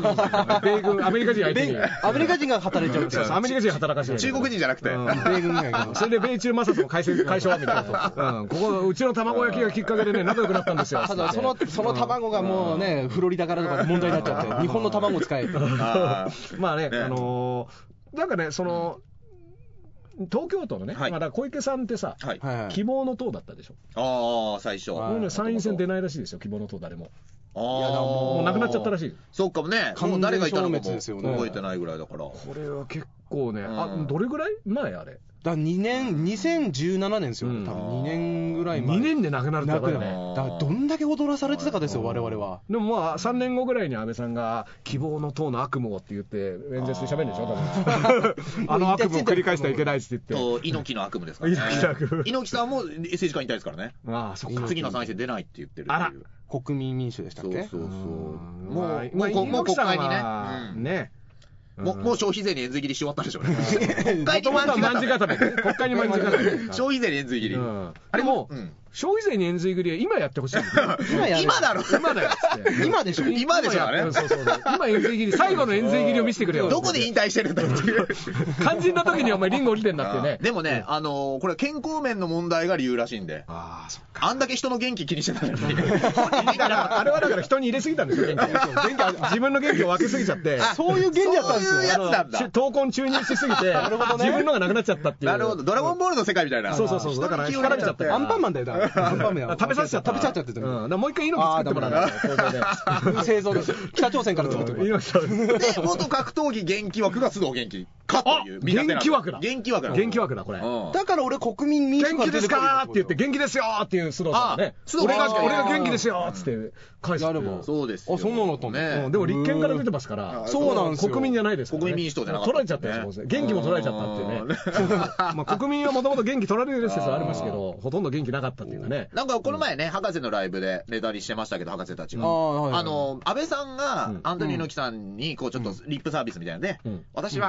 A: 米軍、アメリカ人相手に。
C: アメリカ人が働いちゃうって。
A: アメリカ人働かせる。
B: 中国人じゃなくて。
A: 米軍が。それで米中摩擦も解消みたいな。ここ、うちの卵焼きがきっかけでね、仲良くなったんですよ。
C: ただ、その、その卵がもうね、フロリダからとか問題になっちゃって、日本の卵使えって。
A: まあね、あの、なんかね、その、東京都のね、まだ小池さんってさ、希望の党だったでしょ。
B: ああ、最初。
A: 参院選出ないらしいですよ、希望の党誰も。いやもうなくなっちゃったらしい。
B: そうかもね。もう誰がいたのかも覚えてないぐらいだから。
A: これは結構ね、あ、どれぐらい前あれ。
C: だにねん、にせんじゅうななねんですよ。多分にねんぐらい前。
A: にねんで亡くなるってやばいよね。
C: だからどんだけ踊らされてたかですよ、我々は。
A: でもまあ、さんねんごぐらいに安倍さんが、希望の党の悪夢をって言って、演説で喋るんでしょ、多分。あの悪夢を繰り返してはいけないって言って。
B: と、猪木の悪夢ですからね。猪木さんも政治家にいたいですからね。ああ、そっか。次の参院選出ないって言ってるっていう。
C: 国民民主でしたっけ。
B: そうそうそう。もう、もう国会にね。ね。もう消費税に円髄切りし終わったでしょうね。
A: 国会にまんじ固め。国会にまんじ固め。
B: 消費税に円髄切り。
A: あれも、消費税に円髄切りは今やってほしい。
B: 今だろ
A: 今だよ。
C: 今でしょ
B: 今でしょね。
A: そうそうそう。今円髄切り、最後の円髄切りを見せてくれよ。
B: どこで引退してるんだっていう。
A: 肝心な時にお前リンゴ降りてんだってね。
B: でもね、あの、これ健康面の問題が理由らしいんで。ああ、そっか。あんだけ人の元気気にしてたのに。
A: あれはだから人に入れすぎたんですよ、元気。自分の元気を分けすぎちゃって。
C: そういう元気だったんですよ。
B: そういうやつなんだ。
A: 闘魂注入しすぎて、自分のがなくなっちゃったっていう。
B: なるほど。ドラゴンボールの世界みたいな。
A: そうそうそう。だから干かられちゃって。
C: アンパンマンだよ、アンパンマン。
A: 食べさせちゃった。
C: 食べちゃっちゃってた。
A: もう一回猪木作ってもらう。
C: 製造です。北朝鮮から作ってもらう。
B: で、元格闘技元気枠が須藤元気かという。
A: 元気枠だ。
B: 元気枠だ。
A: 元気枠だ、これ。
C: だから俺国民民主
A: 元気ですかって言って、元気ですよっていう須藤さんね。俺が、俺が元気ですよってって返す。
B: そうです。
C: あ、そんなのだったね。
A: でも立憲から出てますから。
C: そうなんですよ。
A: 国民じゃないです。
B: 国民民主党じゃなかった。
A: 取られちゃったやつも元気も取られちゃったっていうね。まあ国民はもともと元気取られる説はありますけど、ほとんど元気なかったっていうかね。
B: なんかこの前ね、博士のライブでネタにしてましたけど、博士たちが。あの、安倍さんがアントニオ猪木さんに、こう、ちょっとリップサービスみたいなので、私はあなたの分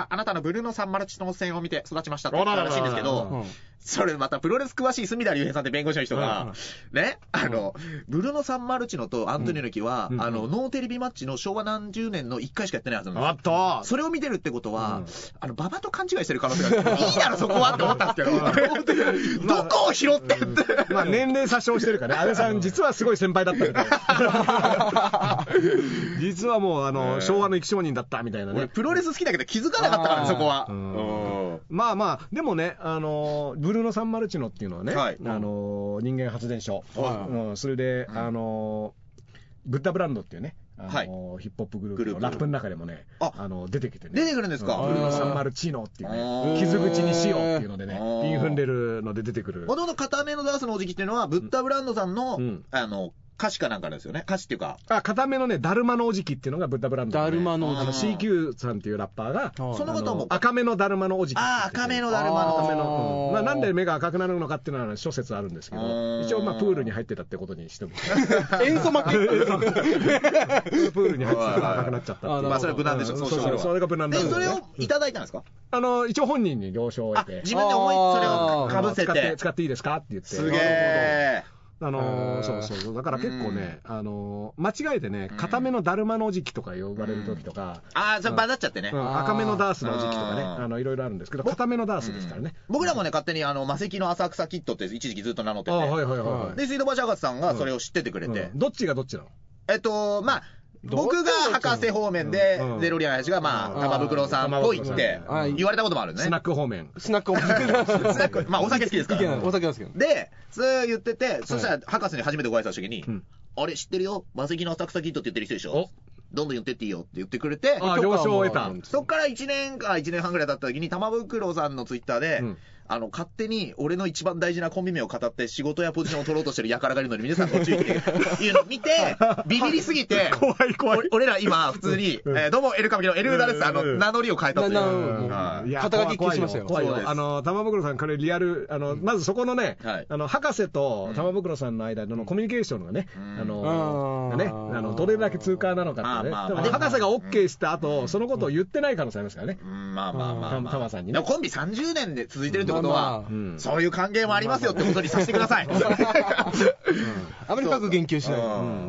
B: ブルーノ・サンマルチノ戦を見て育ちましたって言ったらしいんですけど、それまたプロレス詳しい隅田隆平さんって弁護士の人が、ね、あの、ブルーノ・サンマルチノとアントニオ猪木は、あの、ノーテレビマッチの昭和何十年のいっかいしかやってないはずなんですよ。あったそれを見てるってことは、あの、馬場と勘違いしてる可能性がある。いいだろ、そこはって思ったんですけど、どこを拾ってって。
A: まあ、年齢詐称してるからね。安倍さん、実はすごい先輩だったみたいな。実はもう、あの、昭和の生き証人だったみたいなね。
B: プロレス好きだけど気づかなかったからね、そこは。
A: まあまあ、でもね、あの、ブルーノ・サンマルチノっていうのはね、あの、人間発電所。それで、あの、ブッダブランドっていうね、あのヒップホップグループのラップの中でもね、あの出てきてね。
B: 出てくるんですか？
A: ブルーノ・サンマルチノっていうね、傷口にしようっていうのでね、ピン踏んでるので出てくる。
B: もともと片目のダースのおじきっていうのは、ブッダブランドさんの、あの、歌詞かなんかですよね。歌詞っていうか。
A: あ、片目のね、だるまのおじきっていうのがブッダブランド、ね。
C: だるまのおじき。
A: あの シーキュー さんっていうラッパーが、
B: そのことも。
A: 赤目のだるまのおじき。
B: ああ、赤目のだるまの。
A: 赤目の。うん、まあ、なんで目が赤くなるのかっていうのは諸説あるんですけど、一応まあ、プールに入ってたってことにしても。
C: 塩素負けプ
A: ールに入ってたから赤くなっちゃったっていう。
B: まあ、それは無難でしょ、
A: そうそう、それが無難で。
B: で、それをいただいたんですか？
A: あの、一応本人に了承を得て。
B: 自分で思い、それをかぶせて。
A: 使っていいですかって言って。
B: すげえ。
A: あのー、そうそうそう。だから結構ね、あのー、間違えてね、片目のだるまのおじきとか呼ばれる時とか。
B: ああ、それバズっちゃってね。
A: 赤目のダースのおじきとかね、あの、いろいろあるんですけど、片目のダースですからね。
B: 僕らもね、勝手にあの、魔石の浅草キッドって一時期ずっと名乗ってて。
A: はいはいはい。
B: で、水道橋博士さんがそれを知っててくれて。
A: どっちがどっちなの？
B: えっと、まあ、僕が博士方面で、デロリアン林が、まあ、玉袋さんっぽいって言われたこともあるね。
A: スナック方面。
C: スナック方面。
B: スナック、まあ、お酒好きですから。
C: お酒好きです。
B: で、そう言ってて、そしたら博士に初めてご挨拶した時に、あれ知ってるよ、魔石の浅草キッドって言ってる人でしょ、どんどん言ってっていいよって言ってくれて、
A: 了承を得た。
B: そっからいちねんかいちねんはんぐらい経った時に、玉袋さんのツイッターで、あの、勝手に俺の一番大事なコンビ名を語って仕事やポジションを取ろうとしてる輩がいるのに皆さんご注意っていうのを見て、ビビりすぎて、
A: 怖い怖い。
B: 俺ら今普通に、えー、どうもエルカブキのエルウダです。あの、名乗りを変えたという。
C: いや、肩書き消しましたよ。
A: 怖いよ。あの、玉袋さん、これリアル、あの、まずそこのね、あの、博士と玉袋さんの間のコミュニケーションがね、あの、ね、あの、どれだけ通過なのかってね。でも博士が OK した後、そのことを言ってない可能性ありますからね。
B: まあまあまあ。
A: 玉さんにね。
B: コンビさんじゅうねんで続いてるってことは、そういう関係もありますよってことにさせてください。
C: あまり深く言及しない。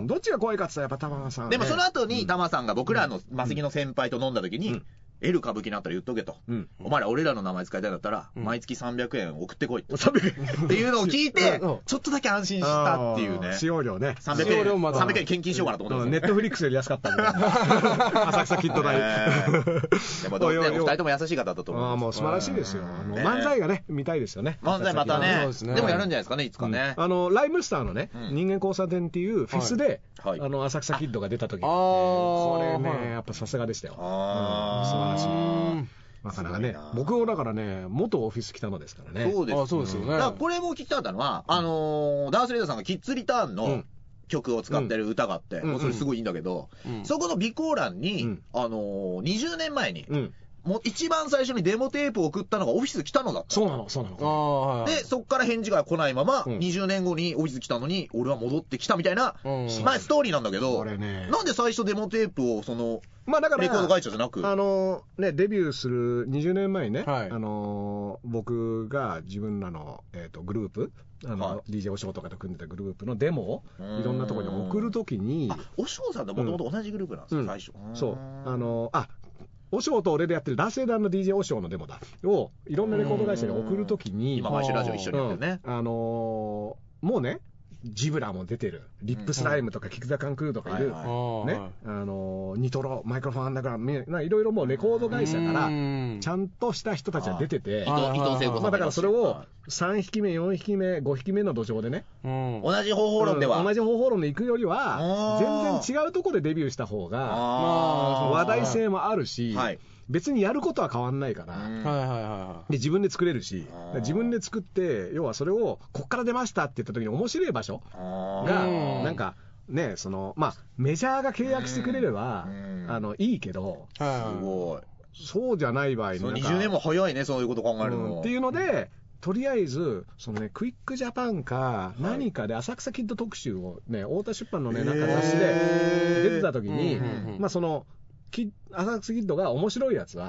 A: どっちが怖いかって言ったらやっぱ玉さん。
B: でもその後に玉さんが僕らのマセキの先輩と飲んだ時に、エル歌舞伎になったら言っとけと。お前ら俺らの名前使いたいんだったら、毎月さんびゃくえん送ってこいって。
A: さんびゃくえん
B: っていうのを聞いて、ちょっとだけ安心したっていうね。
A: 使用料ね。
B: さんびゃくえん。さんびゃくえん献金しようかなと思って。
A: ネットフリックスより安かったんだ。浅草キッド代。
B: でも、お二人とも優しい方だと思う。
A: ああ、もう素晴らしいですよ。漫才がね、見たいですよね。
B: 漫才またね。でもやるんじゃないですかね、いつかね。
A: あの、ライムスターのね、人間交差点っていうフェスで、あの、浅草キッドが出た時これね、やっぱさすがでしたよ。素晴らしい。なかなかね、僕もだからね、元オフィス北野ですからね。
B: そうです。
C: そうですよね。
B: だからこれも聞きたかったのは、あの、ダースレーダーさんがキッズリターンの曲を使ってる歌があって、もうそれすごいいいんだけど、そこの備考欄に、あの、にじゅうねんまえに、もう一番最初にデモテープを送ったのがオフィス北野だった。
A: そうなの、そうなの。
B: で、そっから返事が来ないまま、にじゅうねんごにオフィス来たのに、俺は戻ってきたみたいな、まあストーリーなんだけど、なんで最初デモテープを、その、まあだから、レコード会社じゃなく。
A: あの、ね、デビューするにじゅうねんまえにね、あの、僕が自分らの、えっと、グループ、あの、ディージェー おしょうとかと組んでたグループのデモを、いろんなところに送るときに。
B: あ、おしょうさんともともと同じグループなんですよ、最初。
A: そう。あの、あ、おしょうと俺でやってるダースレーダーの ディージェー おしょうのデモだをいろんなレコード会社に送るときに、
B: 今毎週ラジオ一緒にやってるね、
A: うん、あのー、もうねジブラも出てるリップスライムとかキクザカンクルーとかいる、はいはい、ね、あのー、ニトロマイクロフォンアンダーグラウンドいろいろもうレコード会社からちゃんとした人たちが出てて、
B: 伊藤聖子さん、
A: まあ、だからそれをさんひきめよんひきめごひきめの土壌でね、
B: うん、同じ方法論では、
A: うん、同じ方法論で行くよりは全然違うところでデビューした方がまあ話題性もあるし、はい、別にやることは変わんないから、で自分で作れるし、自分で作って要はそれをこっから出ましたって言った時に面白い場所がなんかね、そのまあメジャーが契約してくれればあのいいけど、
B: すごい
A: そうじゃない場合に
B: にじゅうねんも早いね、そういうこと考えるの、
A: うん、っていうのでとりあえずそのねクイックジャパンか何かで浅草キッド特集をね太田出版のねなんか雑誌で出てた時に、まあその浅草キッドが面白いやつは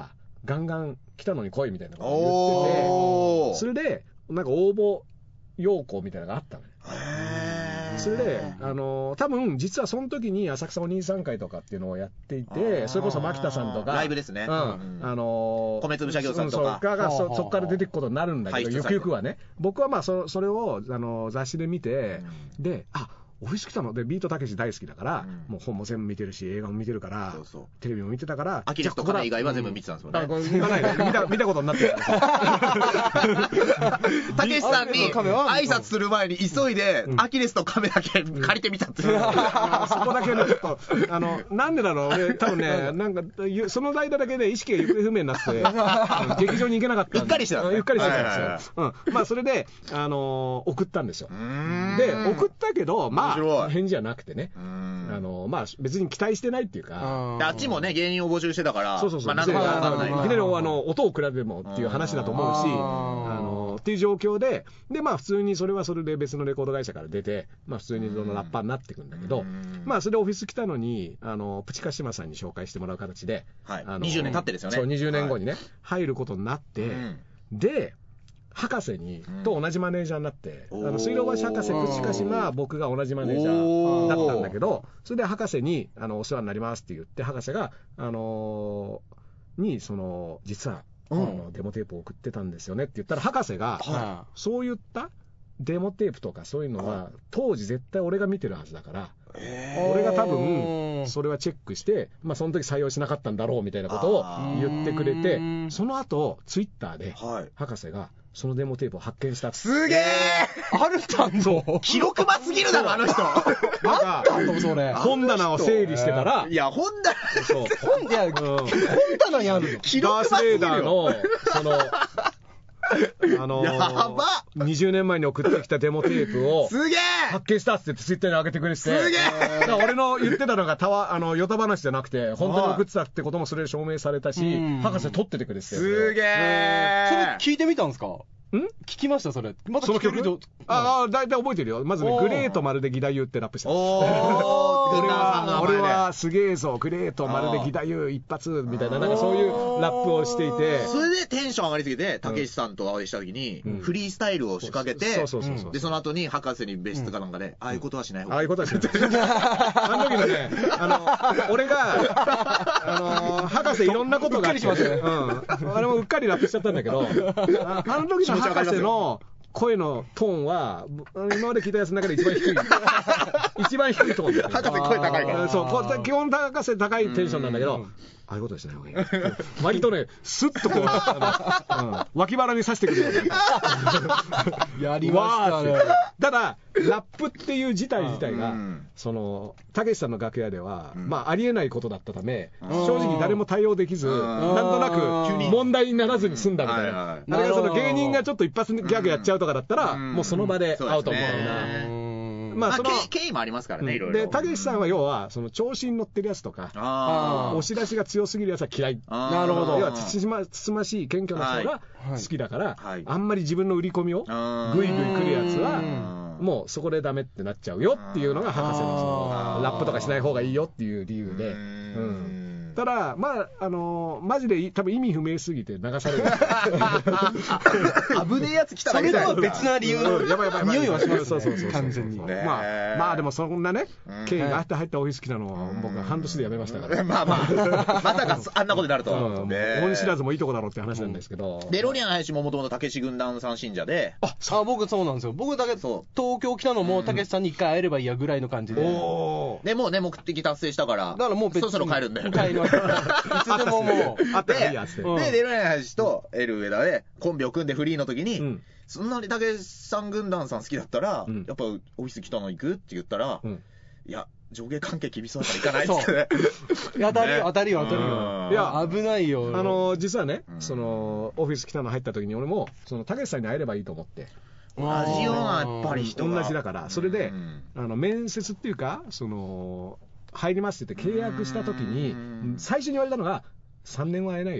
A: ガンガン来たのに来いみたいなことを言ってて、それでなんか応募要項みたいなのがあったのよ。それで、あの多分実はその時に浅草お兄さん会とかっていうのをやっていて、それこそ牧田さんとか
B: ライブですね、うん、
A: あの
B: 米粒社業さんとか
A: がそこから出てくことになるんだけど、ゆくゆくはね、僕はまあ そ, それをあの雑誌で見て、うん、で、あ、オフィス来たので、ビートたけし大好きだから、うん、もう本も全部見てるし、映画も見てるから、そうそう、テレビも見てたから、
B: アキレスとカメ以外は全部見てたんですよね。うん、
A: 見た見たことになってる。
B: たけしさんに挨拶する前に急いで、うん、アキレスとカメだけ借りてみたっていう、うん、
A: そこだけね、ちょっと、あの、なんでだろう、俺、多分ね、なんか、その間だけで意識が行方不明になって、劇場に行けなかったんで。
B: ゆっかりしてたんですよ。
A: ゆっかりしてたんですよ。うん。まあ、それで、あの、送ったんですよ。で、送ったけど、まあ、返事はなくてね、あのまあ、別に期待してないっていうか、
B: あっちもね、芸人を募集してたから、
A: そうそうそう、まあ、なんとか分かんない、いきなりあの音を比べもっていう話だと思うし、あのっていう状況で、で、まあ、普通にそれはそれで別のレコード会社から出て、まあ、普通にそのラッパーになっていくんだけど、まあ、それでオフィス来たのに、あのプチカシマさんに紹介してもらう形で、
B: はい、あのにじゅうねん経ってですよね。
A: そう、にじゅうねんごにね、はい、入ることになって、うん、で、博士にと同じマネージャーになって、うん、あの水道橋博士プチカシマは僕が同じマネージャーだったんだけど、それで博士にあのお世話になりますって言って、博士があのー、にその実は、うん、あのデモテープを送ってたんですよねって言ったら、博士が、はい、そういったデモテープとかそういうのは当時絶対俺が見てるはずだから、俺が多分それはチェックして、まあ、その時採用しなかったんだろうみたいなことを言ってくれて、その後ツイッターで博士がそのデモテープを発見した。
B: すげえ
C: あるたんぞ。
B: 記録ますぎるだろ、あの人。
C: あったんぞ、それ。
A: 本棚を整理してたら。
B: いや、本棚。
C: そう。本棚、うん、本棚にあるの。
B: 記録
A: ますぎるよ。ダース・レーダーの、その、あのー、
B: やば
A: にじゅうねんまえに送ってきたデモテープを
B: すげえ
A: 発見したっつってツイッターに上げてくれてて、
B: すげえ
A: だから俺の言ってたのがたわあのヨタ話じゃなくて本当に送ってたってこともそれで証明されたし、博士撮っててくれてて、
B: すげえ
C: それ聞いてみたんですか？ん聞きましたそれ。また聞けると。
A: ああ、だいたい覚えてるよ。まずね、グレートまるで義太夫ってラップした。お俺は、俺はすげえぞ、グレートまるで義太夫一発みたいな、なんかそういうラップをしていて。
B: それでテンション上がりすぎて、たけしさんとお会いした時に、フリースタイルを仕掛けて、で、その後に博士に別室かなんかで、ああいうことはしない方がいい。
A: ああいうことはしない。あの時のね、あの、俺が、あの、博士いろんなことがあって、うん。あれもうっかりラップしちゃったんだけど、あの時の博士の声のトーンは今まで聞いたやつの中で一番低い一番低いトーンだよ、ね、
B: 博士声高いから。
A: そう基本博士高いテンションなんだけど、ああいうことですね割とねスッとこうあの、うん、脇腹に刺してくるよう
C: なやりましたね。
A: ただラップっていう事態自体が、うん、そのたけしさんの楽屋では、うん、まあありえないことだったため、正直誰も対応できず、なんとなく問題にならずに済んだみたいな。だからその芸人がちょっと一発ギャグやっちゃうとかだったら、うん、もうその場でアウトみたいな。
B: まあ、その経緯もありますからね、いろいろ。
A: で、たけしさんは要は、その調子に乗ってるやつとか、押し出しが強すぎるやつは嫌い。
C: なるほど。
A: 要はつつま、つつましい謙虚な人が好きだから、はいはい、あんまり自分の売り込みをぐいぐい来るやつは、もうそこでダメってなっちゃうよっていうのが博士のそのラップとかしない方がいいよっていう理由で。うんただ、まあ、あのー、マジで多分意味不明すぎて流される。
B: 危ねえやつ来たら
C: それとは別な理由の匂いはしますね。
A: そうそうそう。
C: 完全に。
A: まあ、まあでもそんなね、経緯があって入ったオフィス来たのは僕は半年で辞めましたから。
B: まあまあ、まさかあんなことになるとは。
A: 恩知らずもいいとこだろうって話なんですけど。
B: デロリアン林ももともとたけし軍団さん信者で。
C: あ、僕そうなんですよ。僕だけ東京来たのもたけしさんに一回会えればいいやぐらいの感じで。
B: でもうね、目的達成したから、
C: だからもう別に
B: そろそろ帰るんだよ。
C: 帰ります。いつでももう。
A: あったらいいやつで。
B: で、デロリアン林とエル上田でコンビを組んでフリーの時に、うん、そんなにたけしさん軍団さん好きだったら、うん、やっぱオフィス来たの行くって言ったら、うん、いや、上下関係厳しそうだから行かないっつって。
C: 当たるよ、当たるよ、当たるよ。いや、危ないよ。
A: あの、実はね、その、オフィス来たの入った時に俺も、その、たけしさんに会えればいいと思って。
B: 同じような、やっぱり人が。
A: 同じだから。それで、あの、面接っていうか、その、入りますって言って契約した時に最初に言われたのがさんねんは会えないよって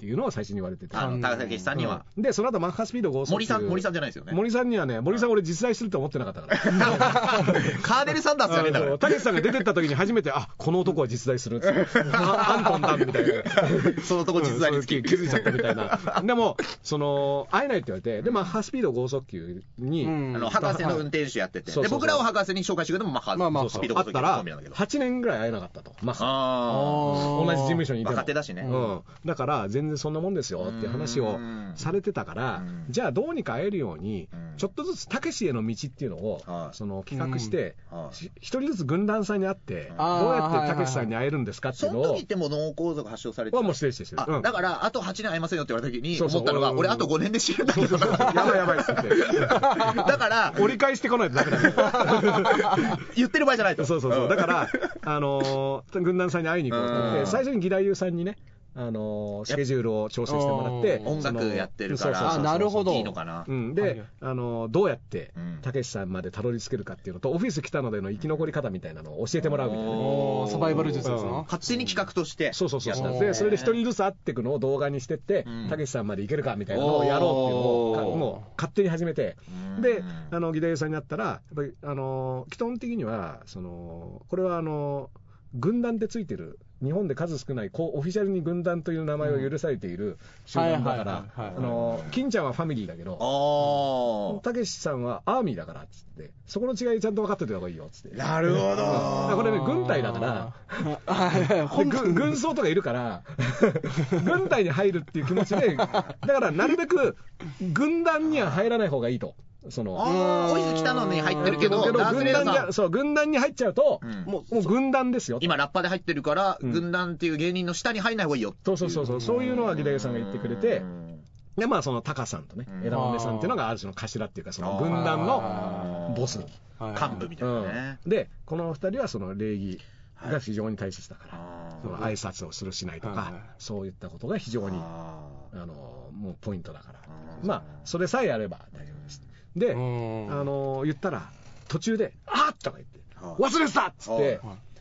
A: っていうのを最初に言われてて、
B: あの高橋さんには、
A: うん、でその後マッハスピード剛速球、
B: 森さん森さんじゃないですよね。
A: 森さんにはね、森さん俺実在すると思ってなかったから
B: カーネル・サンダースじゃねえんだから。
A: たけしさんが出てった時に初めてあこの男は実在するってアントンだみたいな
B: そのとこ実在につき、
A: うん、気づいちゃったみたいなでもその会えないって言われて、でマッハスピード剛速球に、うん、
B: あの博士の運転手やってて、で僕らを博士に紹介してくれてもマッハ、まあまあ、スピード剛速球のコンビなんだけど、
A: はちねんぐらい会えなかったと、マッハ同じ事務所にいても
B: 若手だしね、
A: うん、だから全然そんなもんですよっていう話をされてたから、じゃあどうにか会えるようにちょっとずつたけしへの道っていうのをその企画して一人ずつ軍団さんに会ってどうやってたけしさんに会えるんですかっていうのを、
B: その時ってもう脳梗塞発症されてた、
A: もうしてるしてる、
B: うん、だからあとはちねん会えませんよって言われた時に思ったのが、俺あとごねんで死ぬんだけどや
A: ばいやばいって言って
B: だから
A: 折り返してこないとダメだ
B: ね言ってる場合じゃないと。
A: そうそうそう、だからあのー、軍団さんに会いに行こうって言って、最初に義太夫さんにね、あのー、スケジュールを調整してもらって、
B: 音楽やってるから、
C: そうそうそうそう、なるほど、
B: いいのかな、
A: うん、で、はい、あのー、どうやってたけしさんまでたどり着けるかっていうのと、オフィス来たのでの生き残り方みたいなのを教えてもらうみたいな、ね、
C: サバイバル術ですな、
B: 勝手に企画として
A: そうそうそうそう、でそれで一人ずつ会っていくのを動画にしてってたけしさんまで行けるかみたいなのをやろうっていうのをもう勝手に始めて、であの義太夫さんに会ったらやっぱりあのー、基本的にはそのこれはあのー軍団ってついてる、日本で数少ないこうオフィシャルに軍団という名前を許されている集団だから、金ちゃんはファミリーだけど、たけしさんはアーミーだからっつって、そこの違いちゃんと分かっておいた方がいいよっつって。
B: なるほど。
A: これね、軍隊だから軍曹とかいるから軍隊に入るっていう気持ちで、だからなるべく軍団には入らない方がいいと。その
B: オフィス来たのに入ってるけど、ダースレーダーさん
A: そう軍団に入っちゃうと、うん、もうもう軍団ですよ。
B: 今ラッパーで入ってるから、うん、軍団っていう芸人の下に入んない方がいいよ。
A: そうそうそうそう、そういうのは義太夫さんが言ってくれて、でまあそのタカさんとね、枝豆さんっていうのがある種の頭っていうか、その軍団のボス
B: 幹部みたいなね、
A: うん、でこの二人はその礼儀が非常に大切だから、はい、その挨拶をするしないとか、はい、そういったことが非常にあのもうポイントだから、まあそれさえやれば大丈夫です。で、あのー、言ったら途中で「あっ!」とか言って「忘れてた!」っつって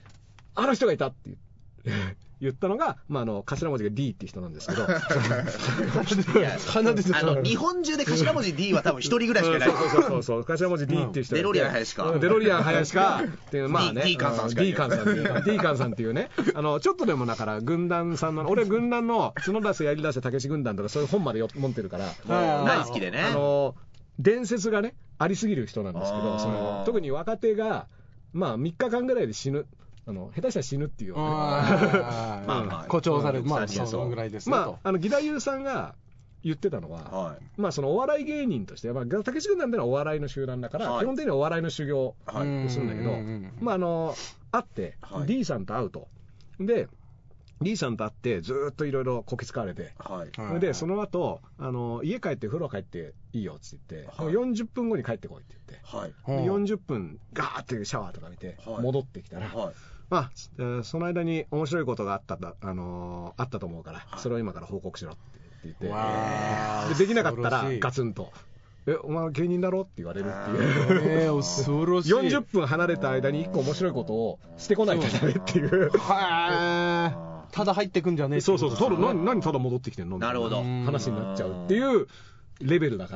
A: 「あの人がいた!」って言ったのが、まあ、あの頭文字が D って人なんですけど
B: あの日本中で頭文字 D は多分一人ぐらいしかいない。
A: そうそうそうそう、頭文字 D っていう人、
B: デロリアン林か
A: デロリアン林かっていう、まあね、
B: D カンさんしかいない。
A: D カンさん D カンさんっていうね、あのちょっとでもだから軍団さんの、俺軍団の角出せやり出せたけし軍団とかそういう本まで持ってるから、
B: 大好きでね、
A: あの伝説がねありすぎる人なんですけど、その特に若手がまあみっかかんぐらいで死ぬ、あの下手したら死ぬっていう、ね、ま
C: あまあ誇張される、まあそのぐらいですねと。
A: まああの義太夫さんが言ってたのは、はい、まあそのお笑い芸人として、まあたけし軍団ってのはお笑いの集団だから、はい、基本的にはお笑いの修行をするんだけど、はい、まああの会って、はい、D さんと会うと。でD さんと会ってずーっといろいろこき使われて、はい、でその後あの家帰って風呂帰っていいよって言って、はい、よんじゅっぷんごに帰ってこいって言って、はい、でよんじゅっぷんガーってシャワーとか見て、はい、戻ってきたら、はい、まあ、えー、その間に面白いことがあっただ、あのー、あったと思うから、はい、それを今から報告しろって言って、でできなかったらガツンと。え、お前芸人だろって言われるっていう、
C: えー、恐ろしい。
A: よんじゅっぷん離れた間にいっこ面白いことをしてこないとダメっていう。
C: はー、ただ入ってくんじゃねえって。
A: そうそうそう、何何ただ戻ってきてんのみたいな話になっちゃうっていうレベルだから、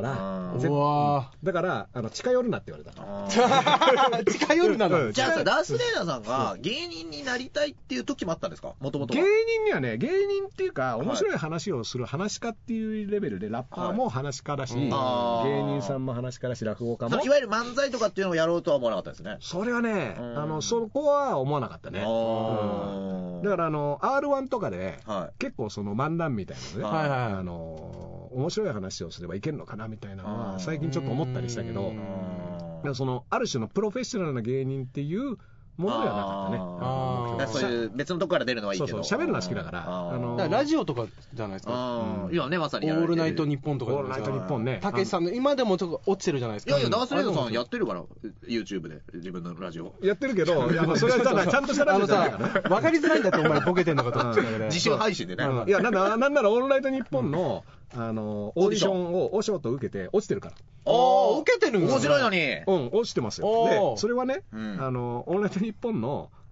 C: うわ
A: だからあの近寄るなって言われた。
C: 近寄るなの。
B: じゃあさ、ダースレーダーさんが芸人になりたいっていう時もあったんですか、もともと。
A: 芸人にはね、芸人っていうか面白い話をする話家っていうレベルで、ラッパーも話家だし、はい、芸人さんも話家だし、落語家も、
B: いわゆる漫才とかっていうのをやろうとは思わなかったですね。
A: それはね、あのそこは思わなかったね。うん、だからあの アールワン とかで、はい、結構その漫談みたいなのね、はいはいはい、あの面白い話をすればいけるのかなみたいなのは最近ちょっと思ったりしたけど、そのある種のプロフェッショナルな芸人っていうものではなかったね。
B: ああ、そういう別のとこから出るのはいいけど、
A: そうそう、喋るのは好きだから、
C: あのー、だからラジオとかじゃないですか。
B: うん、いやね、まさに
C: オールナイトニッポンとか、
A: オールナイトニッポンね、
C: たけしさんの今でもちょっと落ちてるじゃないですか。
B: いやいや、ダースレーダーさんやってるから、YouTube で自分のラジオ
A: やってるけど、いやそれはただちゃんとしたラジオじゃないからね。
C: 分かりづらいんだってお前ボケてんのかと思ってたけど、
B: 自主配信でね。
A: いや、なんならオールナイトニッポンのあのオーディションをお仕事受けて落ちてるから。
C: ああ、受けてるん
B: ですね。面白いのに。
A: うん、落ちてますよ。でそれはね、あのオールナイトニッポンの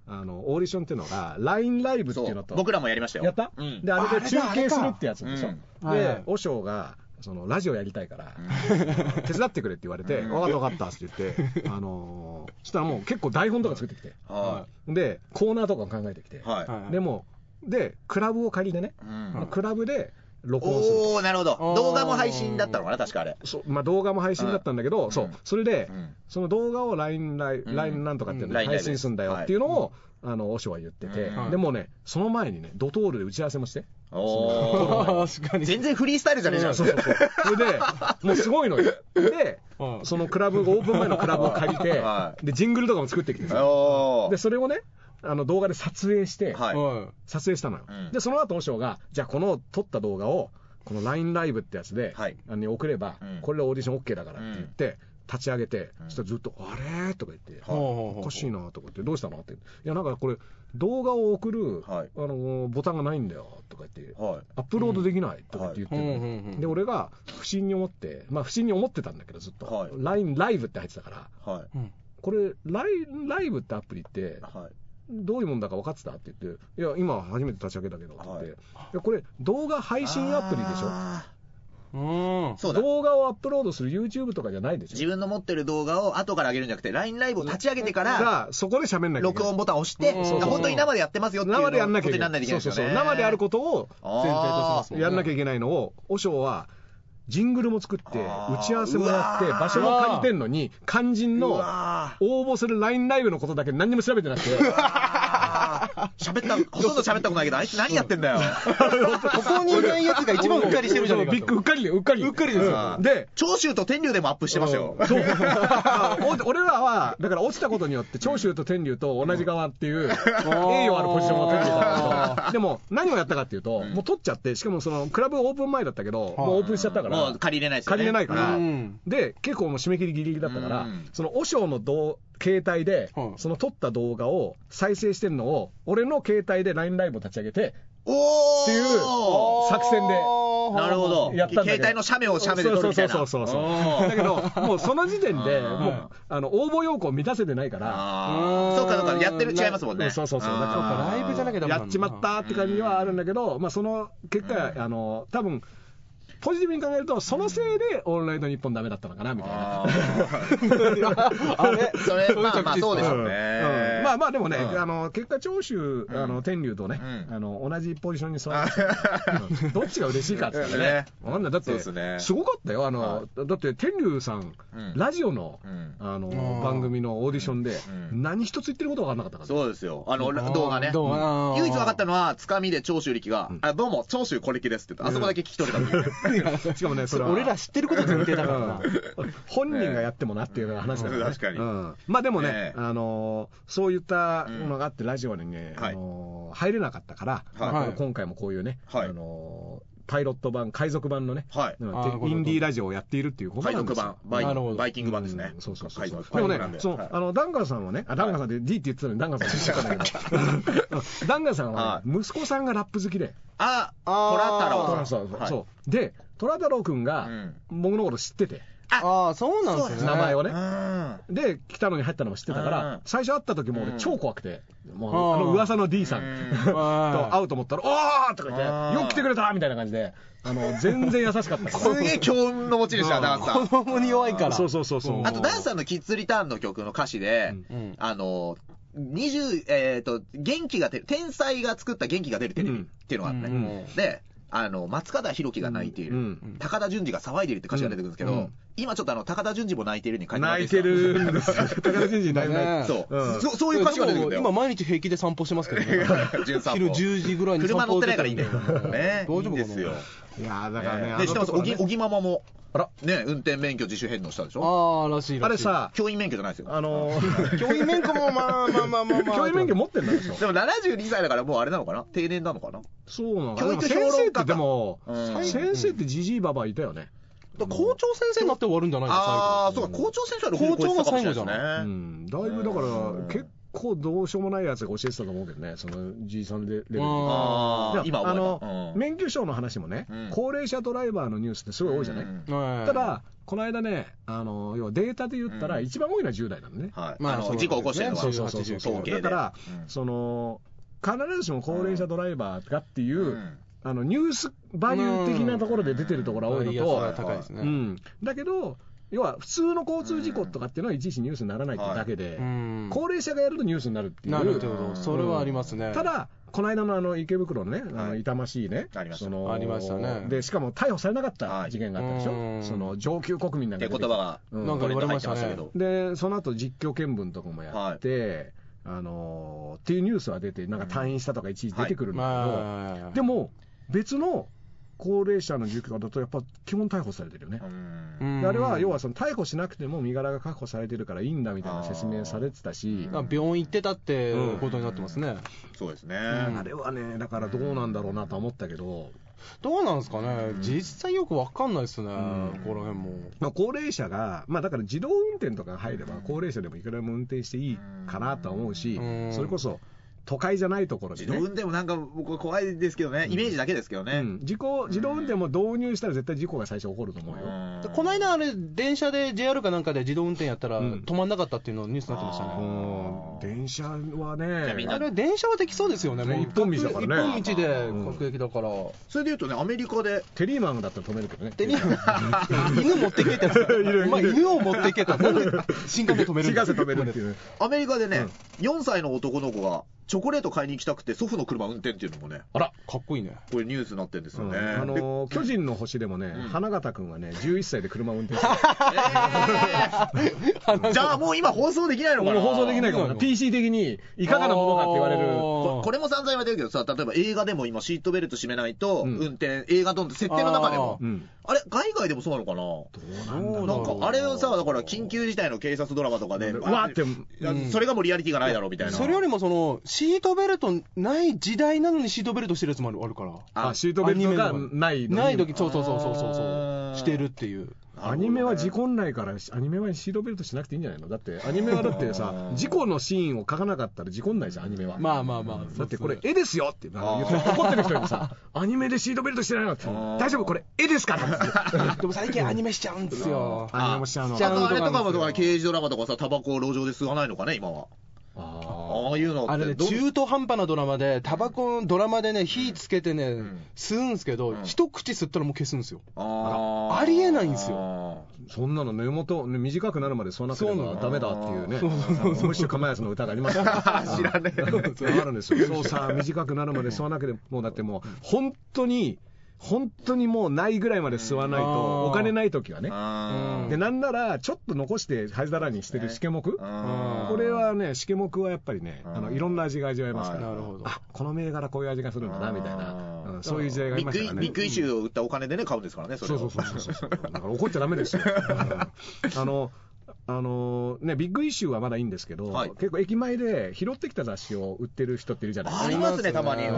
A: あのオーディションっていうのが ライン ライブっていうのと、
B: 僕らもやりましたよ。
A: やった、うん、であれで中継するってやつでしょ、うん、で、はい、和尚がそのラジオやりたいから、うん、手伝ってくれって言われて、うん、分かった分かったって言って、あのー、そしたらもう結構台本とか作ってきて、はい、でコーナーとか考えてきて、はい、でもでクラブを借りてね、うん、クラブで録音する。
B: おー、なるほど。動画も配信だったのかな、確かあれ。
A: そう、まあ動画も配信だったんだけど、うん、そう、それで、うん、その動画を ライン ライブ、うん、ライン なんとかっていうので配信するんだよっていうのを、うん、あの、オショは言ってて、うん、でもね、その前にね、ドトールで打ち合わせもして。
B: おー、確かに。全然フリースタイルじゃねえじゃん。
A: そうそうそう。それで、もうすごいのよ。で、そのクラブ、オープン前のクラブを借りて、で、ジングルとかも作ってきてさ。で、それをね、あの動画で撮影して、はい、撮影したのよ、うん、でその後オショがじゃあこの撮った動画をこの ライン ライブってやつで、はい、あの送れば、うん、これでオーディション OK だからって言って、うん、立ち上げて、うん、そしたらずっとあれとか言って、はい、おかしいなとか言ってどうしたのっていやなんかこれ動画を送る、はい、あのボタンがないんだよとか言って、はい、アップロードできないとかって言ってる、はい、で俺が不審に思ってまあ不審に思ってたんだけどずっと、はい、ライン ライブって入ってたから、はい、これ ライン ライブってアプリって、はいどういうもんだか分かってたって言って、いや、今初めて立ち上げたけどって言って、はい、いやこれ、動画配信アプリでしょ、うんそうだ動画をアップロードする YouTube とかじゃないでしょ、
B: 自分の持ってる動画を後から上げるんじゃなくて、ライン ライブを立ち上げてから、
A: さあそこで喋んなきゃいけない、
B: 録音ボタンを押して、本当に生でやってますよっていうことになんなきゃいけないんですよね。そうそうそう
A: 生であることを前提としてますやんなきゃいけないのを、和尚は、ジングルも作って打ち合わせもやって場所も借りてんのに肝心の応募する ライン ライブのことだけ何にも調べてなくて
B: 喋ったほとんど喋ったことないけどあいつ何やってんだよ
C: ここにいないやつが一番うっかりしてるじゃないかと。
A: ビッグうっかりでうっかり
C: うっかりですよ。
B: で長州と天竜でもアップしてますよ。そう
A: 俺らはだから落ちたことによって長州と天竜と同じ側っていう栄誉あるポジションを手に入れたんだけどでも何をやったかっていうともう取っちゃってしかもそのクラブオープン前だったけどもうオープンしちゃったから
B: もう借りれないですよね。
A: 借りれないから、うん、で結構もう締め切りギリギリだったから、うん、その和尚の動携帯で、うん、その撮った動画を再生してるのを俺の携帯で ライン ライブを立ち上げて
B: お
A: っていう作戦で
B: なるほど
A: やったんだけど
B: 携帯の写メを写メで撮るみたいな。
A: そうそうそうそうだけどもうその時点でもうあの応募要項満たせてないから
B: あそうかそうかやってる違いますもんね。
A: そうそうそうだからライブじゃなきゃダメなんだやっちまったって感じはあるんだけど、まあその結果あの多分ポジティブに考えるとそのせいでオールナイトニッポンダメだったのかなみたいな。
B: あれそれまあまあそうでしょうね、
A: うん、まあまあでもね、うん、あの結果長州あの天竜とね、うん、あの同じポジションに座って、うん、どっちが嬉しいかってね。ねなんだだって す,、ね、すごかったよあの、はい、だって天竜さん、うん、ラジオの、うん、あの番組のオーディションで、うん、何一つ言ってることが分からなかったから、
B: そうですよあの動画ね唯一分かったのはつかみで長州力が、うん、あどうも長州小力ですって言ってあそこだけ聞き取れたっていうね
A: しかもね、それ
C: 俺ら知ってること前提だからな
A: 本人がやってもなっていう話だから、ね、
B: 確かに、うん、
A: まあでもね、ねあのー、そういったものがあってラジオにね、うんあのー、入れなかったから、はい、今回もこういうね、はいあのーパイロット版、海賊版のね、はい、インディーラジオをやっているっていうことなんですよ。
B: 海賊版、バイキング版ですね。
A: うん、そうそうそうそう。でもね、その、はい、あの、ダンガーさんはね、あ、ダンガーさんで D って言ってたのにダンガーさんって言っちゃったんだけど、ダンガーさんは、ね、息子さんがラップ好きで。
B: あ、トラ太郎
A: さん。そうそうそう。で、トラ太郎くんが、僕のこと知ってて。
C: ああ、そうなんですね。
A: 名前をね。で、北野に入ったのも知ってたから、最初会った時も俺超怖くて、もうあの噂の D さんと会うと思ったら、おーとか言って、よく来てくれたみたいな感じで、あの、全然優しかったから。
B: すげえ強運の持ち主だ、ダンさん。
C: 子供に弱いから。
A: そうそうそうそう。
B: あと、ダンさんのキッズリターンの曲の歌詞で、あの、にじゅう、えっと、元気が出る、天才が作った元気が出るテレビっていうのがあってね。で、あの松方弘樹が泣いている、うん、高田純次が騒いでいるって歌詞が出てくるんですけど、うん、今ちょっとあの高田純次も泣いているに書いてもらっていいですか。
A: 泣いてるんですよ高田純次泣いてない、
B: そう、うん、そ, そういう歌詞が出てくるんだよ。
C: 今毎日平気で散歩してますけどね昼じゅうじぐらいに散歩
B: 車乗ってないからいいんだよね
C: 大丈夫かな。いい
B: ですよ。
A: いやだからね、
B: ね、してます。おぎ、おぎママもあらね、運転免許自主返納したでしょ。
C: ああらしいらしい。
A: あれさ
B: 教員免許じゃないですよ。
A: あのー、
C: 教員免許もまあまあまあまあまあ
A: 教員免許持ってんだでしょ。
B: でもななじゅうにさいだからもうあれなのかな、定年なのかな。
A: そうなの。教育先生ってでも、うん、先生ってジジイババアいたよね。
C: 校長先生になって終わるんじゃないの。
B: ああそうか、校長先生は
C: 校長が最後じゃない。
A: うん、だいぶだから結構どうしようもないやつが教えてたと思うけどね、そのじいさんでレベルで。
B: あ今
A: あの、免許証の話もね、高齢者ドライバーのニュースってすごい多いじゃない。ただこの間ね、あの要はデータで言ったら一番多いのはじゅう代なのね。
B: はい。まあ事故起こしてるのは
A: そうそうそうそう。だからその必ずしも高齢者ドライバーがっていうあのニュースバリュー的なところで出てるところが多いのと、
C: 高いですね。
A: うん。だけど要は普通の交通事故とかっていうのはいちいちニュースにならないっていうだけで、高齢者がやるとニュースになるっていう。
C: なるほど。それはありますね。
A: ただこの間のあの池袋のね、あの痛ましいね、
B: ありました。
A: その
C: ありましたね。
A: でしかも逮捕されなかった事件があったでしょ。その上級国民なんか
B: って言葉が
C: なんか言われましたけど。
A: でその後実況見分とかもやって、あのっていうニュースは出てなんか退院したとかいちいち出てくるんだけど、でも別の高齢者の事故だとやっぱ基本逮捕されてるよね。あれは要はその逮捕しなくても身柄が確保されてるからいいんだみたいな説明されてたし、
C: 病院行ってたってことになってますね。
B: そうですね。
A: あれはねだからどうなんだろうなと思ったけど。
C: どうなんですかね、実際よく分かんないですね、ここら辺も。
A: まあ、高齢者が、まあ、だから自動運転とかが入れば、高齢者でもいくらでも運転していいかなとは思うし、それこそ都会じゃないところで、ね、
B: 自動運転もなんか僕は怖いですけどね、イメージだけですけどね、うん、
A: 自己自動運転も導入したら絶対事故が最初起こると思うよ。
C: うん、この間あれ電車で ジェイアール かなんかで自動運転やったら止まんなかったっていうのニュースになってましたね。
A: うん、電車はね、
C: あれ電車はできそうですよね。もう
A: 一本道だからね。
C: 一本道で各駅だから、うん、
B: それでいうとね、アメリカで
A: テリーマンだったら止めるけどね。
C: テリーマン犬持ってけってお前犬を持ってけとなんで新幹線止めるんだ。
A: 新幹線止めるっていう、ね、
B: アメリカでね、うん、よんさいの男の子がチョコレート買いに行きたくて祖父の車運転っていうのもね、
C: あらかっこいいね。
B: これニュースになってるんですよね。うん、
A: あの巨人の星でもね、うん、花形君はねじゅういっさいで車運転してる。
B: えー、じゃあもう今放送できないのかな。
A: もう放送できないかもな。ピーシー 的にいかがなものかって言われる。
B: こ, これも散々言われてるけどさ、例えば映画でも今シートベルト締めないと運転、うん、映画ドンって設定の中でも あ,、うん、あれ海外でもそうなのかな。ど
A: うなんだろう。
B: なんかあれをさ、だから緊急事態の警察ドラマとかで、うわーって、うん、それがもうリアリティがないだろうみたいな。
C: それよりもそのシートベルトない時代なのにシートベルトしてるやつもあるから。
A: あ、シートベルトがない
C: ない時、そうそうそうそうそうそうしてるっていう。
A: アニメは事故んないからアニメはシートベルトしなくていいんじゃないの。だってアニメはだってさ事故のシーンを書かなかったら事故んないじゃんアニメは。
C: まあまあまあ。
A: だってこれ絵ですよって言って怒ってる人にさアニメでシートベルトしてないのって大丈夫これ絵ですから
C: でも最近アニメしちゃうんですよ。
A: アニメもしちゃうの。
B: あとあれとかも刑事ドラマとかさタバコを路上で吸わないのかね今は。
C: ああいうのあれね、中途半端なドラマでタバコのドラマでね火つけてね、うん、吸うんですけど、うん、一口吸ったらもう消すんですよ。 あ, あ, ありえないんですよ。
A: そんなの根元、ね、短くなるまで吸わなければダメだっていうね、ムッシュ釜安の歌がありますから
B: 知らねえ
A: それあるんですよ。そうさ短くなるまで吸わなければもうだってもう本当に本当にもうないぐらいまで吸わないとお金ない時はね。でなんならちょっと残して灰皿にしてるしけもく、これはねしけもくはやっぱりねあのいろんな味が味わえますから、なるほど、あこの銘柄こういう味がするんだなみたいな、うん、そういう時代がありましたからね。
B: ビッグイシューを売ったお金でね買うんですからね。それ
A: そうそうそうそうそうだから怒っちゃダメですよあのあのーね、ビッグイシューはまだいいんですけど、はい、結構駅前で拾ってきた雑誌を売ってる人っているじゃないですか。
B: ありますねたまに、うん、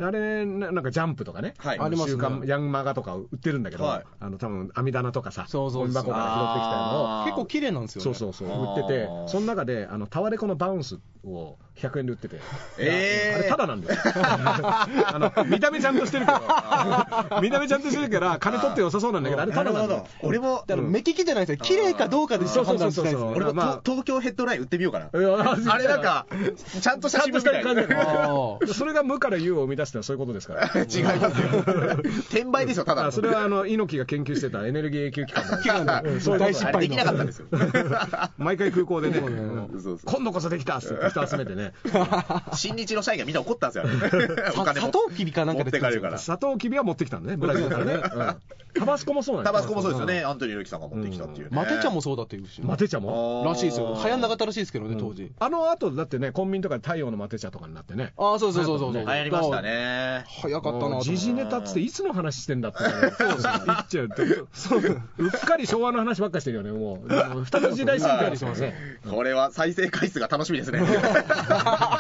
A: あれ な, なんかジャンプとかね、はい、あ週刊、ね、ヤンマガとか売ってるんだけど、はい、あの多分網棚とかさゴミ箱から拾ってきたのを
C: 結構綺麗なんですよね。
A: そうそうそう売ってて、その中であのタワレコのバウンスをひゃくえんで売ってて、
B: えー、
A: あれタダなんですよあの見た目ちゃんとしてるけど見た目ちゃんとしてるから金取って良さそうなんだけど、あれタダなんだよ。
B: 俺も
C: だから目利きじゃないですよ。綺麗かどうかで判断しないです。
B: 俺も、まあ、東京ヘッドライン売ってみようかな。あれなんかちゃんと写真みたいな
A: それが無から有を生み出すのはそういうことですから違
B: いますよ転売ですよただ。
A: それはあの猪木が研究してたエネルギー永久期間だ、
B: うん、そう大失敗のできなかったんですよ
A: 毎回空港でね今度こそできたっつって人集めてね
B: 新日の社員がみんな怒ったんですよ
C: お金もサトウキビかなんかで
B: 持ってかれるから。
A: サトウキビは持ってきたんだねブラジルからね、うん、タバスコもそうなんです。
B: タバスコもそうですよね、アントニー猪木さんが持ってきたっていうね。
C: マテ茶もそうだっていうし、
A: マテ茶も
C: らしいですよ。流行んなかったらしいですけどね当時、うん、
A: あの後だってねコンビニとかで太陽のマテ茶とかになってね。
C: ああそうそうそうそうそう、
B: 流行りましたね。
C: 早かったな。
A: 時事ネタっつっていつの話してんだって、ね、そうですね言っちゃうってそううっかり昭和の話ばっかしてるよね。もう二つ時代進化にしますね
B: これは再生回数が楽しみですね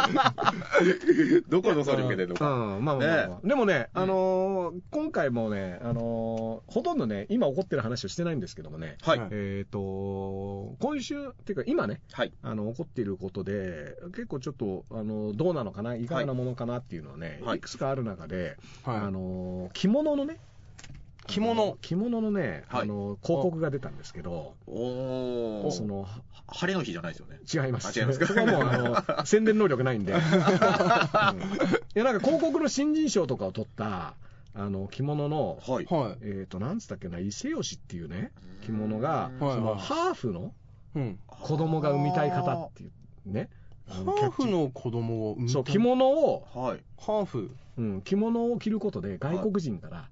B: どこの層に向けてるのか。
A: うん、まあまあまあ、ね、でもね、あのー、今回もね、あのー、ほとんどね、今起こってる話をしてないんですけどもね、
B: はい、
A: えっ、ー、と、今週、っていうか今ね、はい、あの起こっていることで、結構ちょっと、あのどうなのかな、いかがなものかなっていうのはね、はい、いくつかある中で、はい、あの着物のね、
C: 着物
A: 着物のね、はい、あの広告が出たんですけど、
B: おその晴れの日じゃないですよね。
A: 違います。
B: 違いますか。
A: そこはもうあの宣伝能力ないんで、うん、いやなんか広告の新人賞とかを取ったあの着物の、はい、えっ、ー、となんつったっけな、伊勢吉っていうね着物が、そのハーフの子供が産みたい方っていうね。
C: ハーフの子供を産みたい。
A: そう、着物を、
C: はい、ハーフ、
A: うん、着物を着ることで外国人から、はい、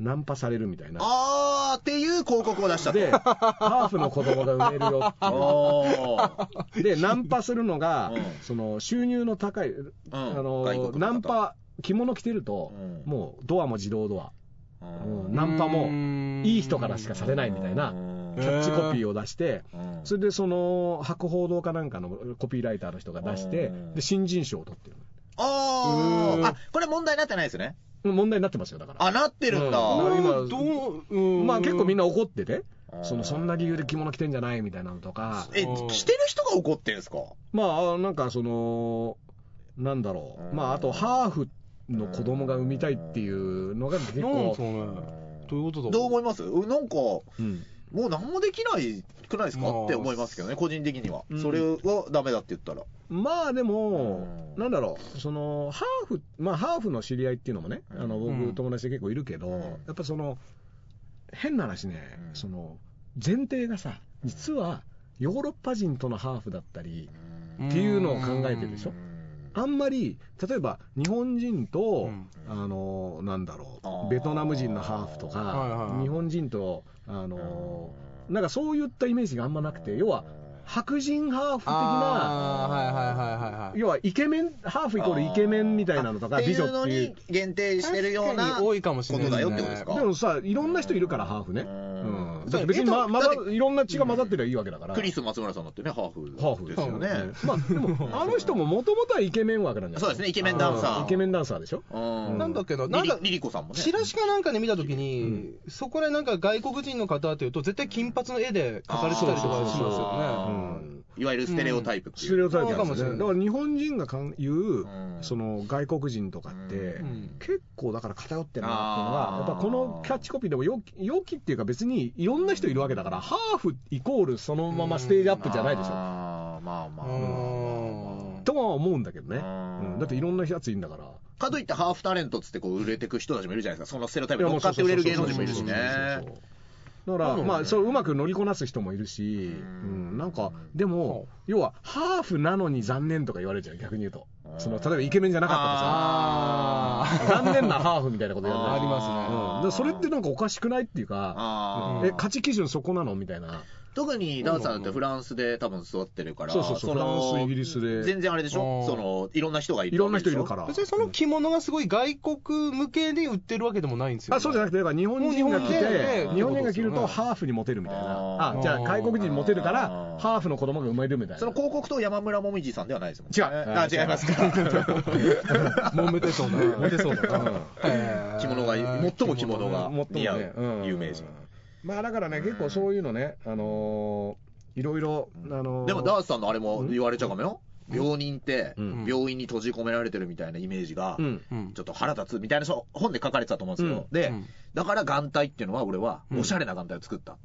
A: ナンパされるみたいな。
B: あーっていう広告を出した
A: で、ハーフの子供が産めるよっていう。で、ナンパするのが、うん、その収入の高い、うん、あのナンパ、着物着てると、うん、もうドアも自動ドア、うん、ナンパもいい人からしかされないみたいなキャッチコピーを出して、それでその博報堂かなんかのコピーライターの人が出して、で新人賞を取ってる。
B: ああ、これ問題になってないですね。
A: 問題になってますよ、だから。
B: あ、なってるんだ。
A: うん、今どう、まあ結構みんな怒ってて、そのそんな理由で着物着てんじゃないみたいなのとか。
B: え、着てる人が怒ってるんですか？
A: まあなんかそのなんだろう、まああとハーフの子供が産みたいっていうのが結構、
C: そうね、どういうことだ。
B: どう思います？なんか、うん、もう何もできないくないですかって思いますけどね、個人的には、うん、それはダメだって言ったら。
A: まあでも、うん、なんだろう、そのハーフ、まあハーフの知り合いっていうのもね、あの僕、うん、友達で結構いるけど、うん、やっぱその変な話ね、うん、その前提がさ、実はヨーロッパ人とのハーフだったりっていうのを考えてるでしょ。あんまり例えば日本人と、うん、あのなんだろう、ベトナム人のハーフとか、はいはいはい、日本人とあのなんかそういったイメージがあんまなくて、要は白人ハーフ的な、はいはいはいはい、要はイケメンハーフイコールイケメンみたいなのとか美女っていうのに
B: 限定してるような
C: 多いかもしれない
B: ことだよってことですか。
A: でもさ、いろんな人いるからハーフね。うん、だって別にままだいろんな血が混ざってりゃいいわけだから。
B: クリス松村さんだってね、ハーフ
A: ハーフ
B: ですよね。
A: まあでもあの人ももともとはイケメン枠なんじゃない。
B: そうですね、イケメンダンサー。
A: イケメンダンサーでしょ。
C: なんだけど、
B: なんかリリコさんもね。
C: チラシかなんかで見たときに、そこでなんか外国人の方っていうと絶対金髪の絵で描かれてたりとかしますよね。
B: いわゆるステレオタイプっていう、
A: ステレオタイプかもしれない。だから日本人が言うその外国人とかって結構だから偏ってるなっていうのは、やっぱこのキャッチコピーでも良き、良きっていうか別にいろんな人いるわけだから、ハーフイコールそのままステージアップじゃないでしょ。あ
B: あ、まあまあ、
A: うん、とは思うんだけどね、うん、だっていろんなやついるんだから。
B: かといってハーフタレントっつってこう売れてく人たちもいるじゃないですか。そのステレオタイプに乗っかって売れる芸能人もいるしね。
A: だから、まあ、そううまく乗りこなす人もいるし、うん、なんかでも要はハーフなのに残念とか言われるじゃん、逆に言うと。その例えばイケメンじゃなかったとさ、残念なハーフみたいなこと言われる。
C: ありますね。
A: うん、それってなんかおかしくないっていうか、え価値基準そこなのみたいな。
B: 特にダンさんってフランスで多分育ってるから、
A: そうそうそう、フランスイギリスで
B: 全然あれでしょ、そのいろんな人がいる、
A: いろんな人いるから、
C: 別にその着物がすごい外国向けで売ってるわけでもないんですよ、ね、
A: あ、そうじゃなくて、だから日本人が着て、日本人が着るとハーフにモテるみたいな、あ、じゃあ外国人にモテるからハーフの子供が生まれるみたいな。
B: その広告と山村もみじさんではないですもんね。
A: 違う、
B: あ、違いますか。
C: もめてそうな、もめてそうな
B: 着物が最も着物が似合う有名人。
A: まあだからね、結構そういうのね、あのいろいろ、あのー、
B: でもダースさんのあれも言われちゃうかもよ、うん、病人って病院に閉じ込められてるみたいなイメージがちょっと腹立つみたいな本で書かれてたと思うんですけど、うん、で、うん、だから眼帯っていうのは俺はおしゃれな眼帯を作った、うん、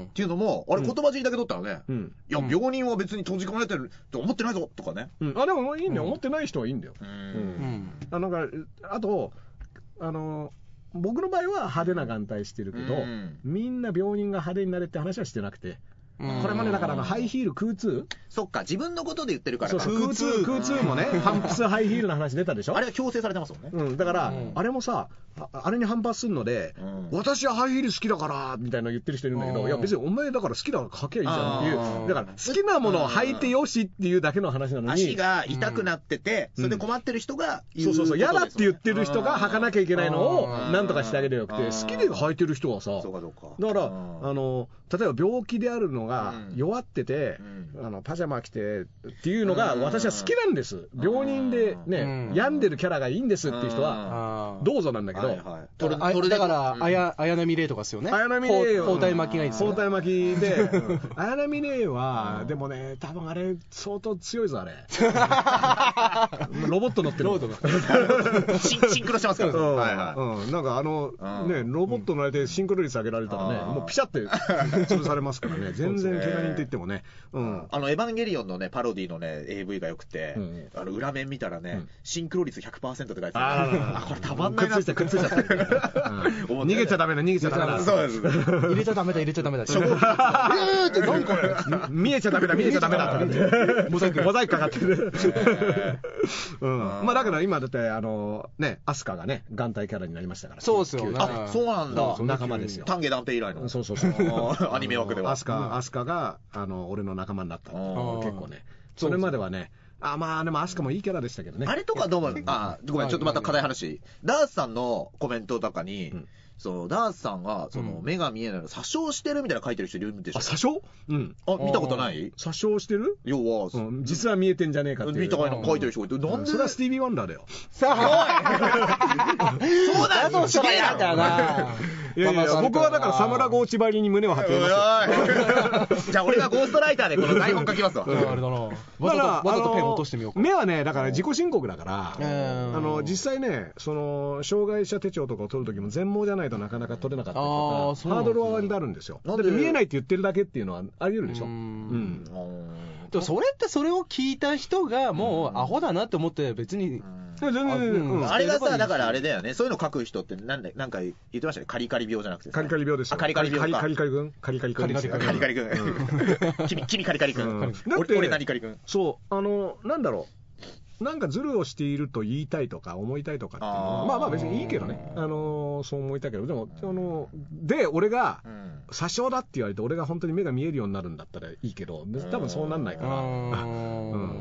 B: っていうのもあれ言葉尻だけ取ったらね、うん、いや病人は別に閉じ込められてると思ってないぞとかね、
A: うん、あでもいいんだよ、思ってない人はいいんだよ、うんうん、あなんかあとあのー僕の場合は派手な眼帯してるけど、うん、みんな病人が派手になれって話はしてなくて、これまでだからあのハイヒール空通、
B: そっか自分のことで言ってるからか。
A: そうそう空通空通もね反発ハイヒールの話出たでしょ。
B: あれは強制されてますもんね。
A: うん、だから、うん、あれもさ あ, あれに反発するので、うん、私はハイヒール好きだからみたいなの言ってる人いるんだけど、いや別にお前だから好きだから履けばいいじゃんっていう、だから好きなものを履いてよしっていうだけの話なのに、
B: 足が痛くなってて、うん、それで困ってる人が言う、
A: そうそうそう、嫌だって言ってる人が履かなきゃいけないのをなんとかしてあげるよくて、好きで履いてる人はさ、そうかそうか、だからあの例えば病気であるのが弱ってて、うん、あのパジャマ着てっていうのが私は好きなんです。病人でね、病んでるキャラがいいんですっていう人はどうぞなんだけど、はい
C: はい、だから綾波レイとかですよね。
A: 綾波レイ
C: 包帯巻きがいいですよ。
A: 包帯巻きで、うん、綾波レイはでもね、多分あれ相当強いぞあれ。ロボット乗ってる。ロボット
B: シンシンクロしてますから。
A: うんはいはいうん、なんかあのねロボットのあれでシンクロ率上げられたらね、もうピシャって潰されますからね。全然怪我人って言ってもね。うん、
B: あのエヴァンゲリオンのねパロディのね エーブイ が良くて、うん、あの裏面見たらね、うん、シンクロ率 ひゃくパーセント って書いてある。あこれたまんないな。
A: くっついてくっついちゃって。逃げちゃダメだ逃げちゃダメだ。
B: そうです。
C: 入れちゃダメだ入れちゃダメだ。え
A: ーって何これ。見えちゃダメだ見えちゃダメだって。モザイクモザイクかかってる。うん。まあだから今だってあのねアスカがね眼帯キャラになりましたから。
C: そうですよね。
B: あそうなんだ。
A: 仲間ですよ。
B: 丹下断平以来の。
A: そうそうそう。
B: アニメ枠では。
A: アスカアスカがあの俺の仲間になった。結構ね。それまではね。あまあでもアスカもいいキャラでしたけどね。
B: あれとかどうもあごめんちょっとまた課題話。ダースさんのコメントとかに。そのダースさんがその目が見えないの詐称してるみたいな書いてる人いるんでしょ。
A: あ詐称？うん。
B: あ見たことない？
A: 詐称してる？
B: 要は、
A: うん、実は見えてんじゃねえかっていう。
B: みたいな書いてる人がいて、なんで？
A: それはスティービー・ワンダーだよ。
C: さあ、
B: そうなんだ。
C: すげえな。
A: いやいや僕はだからサムラゴーチ張りに胸を張っています。
B: じゃあ俺がゴーストライターでこの台本書きますわ。
C: あれだな。わざとわざとペン落としてみようか。
A: 目はねだから自己申告だから、あの実際ねその障害者手帳とかを取るときも全盲じゃないとなかなか取れなかったりとかハードルは割りあるんですよ。だって見えないって言ってるだけっていうのはあり得るでしょ。うん。
C: でもそれってそれを聞いた人がもうアホだなって思って別に。
B: あれがさだからあれだよね。そういうの書く人ってなんでなんか言ってましたね。カリカリ病じゃなくて。
A: カリカリ病ですよ。
B: カリカリ病か。
A: カリカリ君カリカリ君
B: カリカリ君。君君カリカリ君。俺何カリ君。
A: そうあのなんだろう。なんかズルをしていると言いたいとか思いたいとかっていうのはまあまあ別にいいけどね、あのー、そう思いたいけどでも、あのー、で俺が詐称だって言われて俺が本当に目が見えるようになるんだったらいいけど多分そうなんないから、うん、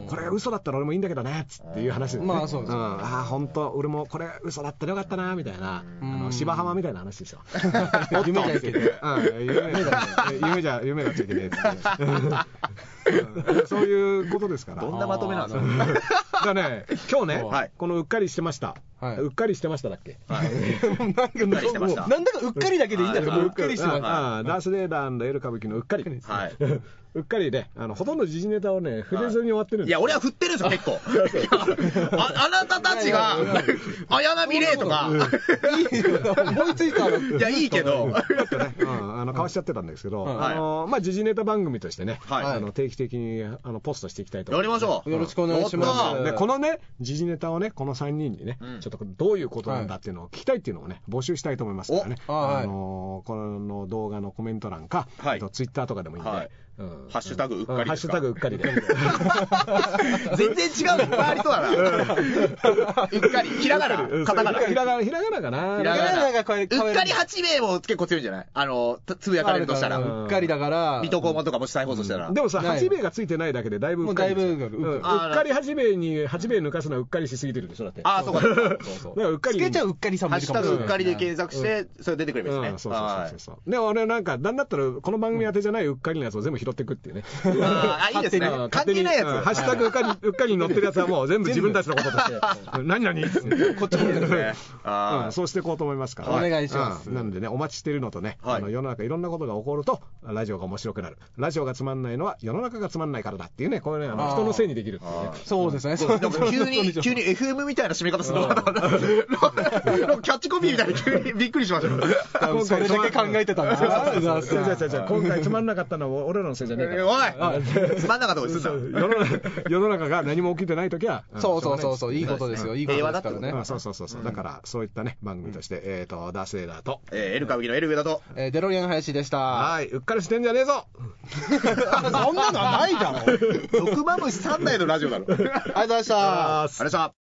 A: これ嘘だったら俺もいいんだけどねっつっていう話で、ね、
C: まあそうです、うん、
A: ああ本当俺もこれ嘘だったらよかったなみたいな、あの芝浜みたいな話ですよ。
C: 夢じゃいけない、
A: うん、夢じゃ夢がついてねえそういうことですから。
B: どんなまとめなんですか。
A: だね、今日ね、はい、このうっかりしてました、はい、うっかりしてましただっけ、はい、
C: なんかうっかりしてました。なんだかうっかりだけでいいんだけど、うっかりしてました。
A: ダースレーダー&エル歌舞伎のうっかり、はい、うっかりね、あのほとんど時事ネタをね触れずに終わってるんです。
B: いや俺は振ってるんですよ結構。あ, あなたたちが綾波レイとか思
C: いついたの。
B: いやいいけど、
A: あのかわしちゃってたんですけど、あのまあ時事ネタ番組としてね、あの定期的にあのポストしていきたいと思います。
B: やりましょう。
C: よろしくお願いします。
A: でこのね時事ネタをねこのさんにんにね、ちょっとどういうことなんだっていうのを聞きたいっていうのをね募集したいと思いますからね。あのこの動画のコメント欄か、ツイッターとかでもいいんで。
B: うん、ハッシュタグうっかりですか。
A: ハッシュタグうっかりで。
B: 全然違うのいっぱいありそうだな。うっかりひらがな、カタカナ。
A: ひらがなひらがなかな。
B: ひらがながこれ。うっかりはち名も結構強いんじゃない？あのつぶやかれるとしたら。
C: うっかりだから。
B: 水戸黄門とかもし再放送したら。
A: でもさはち名がついてないだけでだいぶうっかり。うっかりはち名にはち名抜かすのはうっかりしすぎてるでしょだって。
B: ああそうか。そうそう。
C: だからうっかり。つけちゃううっかりさんもいるかもしれない。
B: ハッシュタグうっかりで検索してそれ出てくればいいですね。
A: そうそうそうそう。で俺なんかなんだったらこの番組当てじゃないうっかりのやつを全部拾っていくっていうね。
B: ああいいですね。関係ないやつ。
A: ハッシュタグうっかりうっかりに載ってるやつはもう全部自分たちのこととして何々
B: こっちにですね。
A: そうしていこうと思いますから。
C: お願いします。
A: なのでねお待ちしているのとね、あの世の中いろんなことが起こるとラジオが面白くなる。ラジオがつまんないのは世の中がつまんないからだっていうねこれね人のせいにできるっていうね。
C: そうですね。
B: 急に急に エフエム みたいな締め方するのかな。キャッチコピーみたいに急にびっくりしました。
C: それだけ考えてたんですよ。
A: 今回つまんなかったのは俺らのせいじゃねえか。
B: おい。つまんなかったことすんだ。
A: 世の中が何も起きてないときは
C: そうそうそうそういいことですよ。いいことですからね。
A: そうそうそうそうだからそういったね番組としてえっとダースレーダーと
B: エル歌舞伎のエル上田と
C: デロリアン林でした。
A: はい、うっかりしてんじゃねえぞ。
C: そんなのはないだろ。
B: 毒マムシさんだいのラジオだろ。
C: ありがとうございました。
B: ありがとうございました。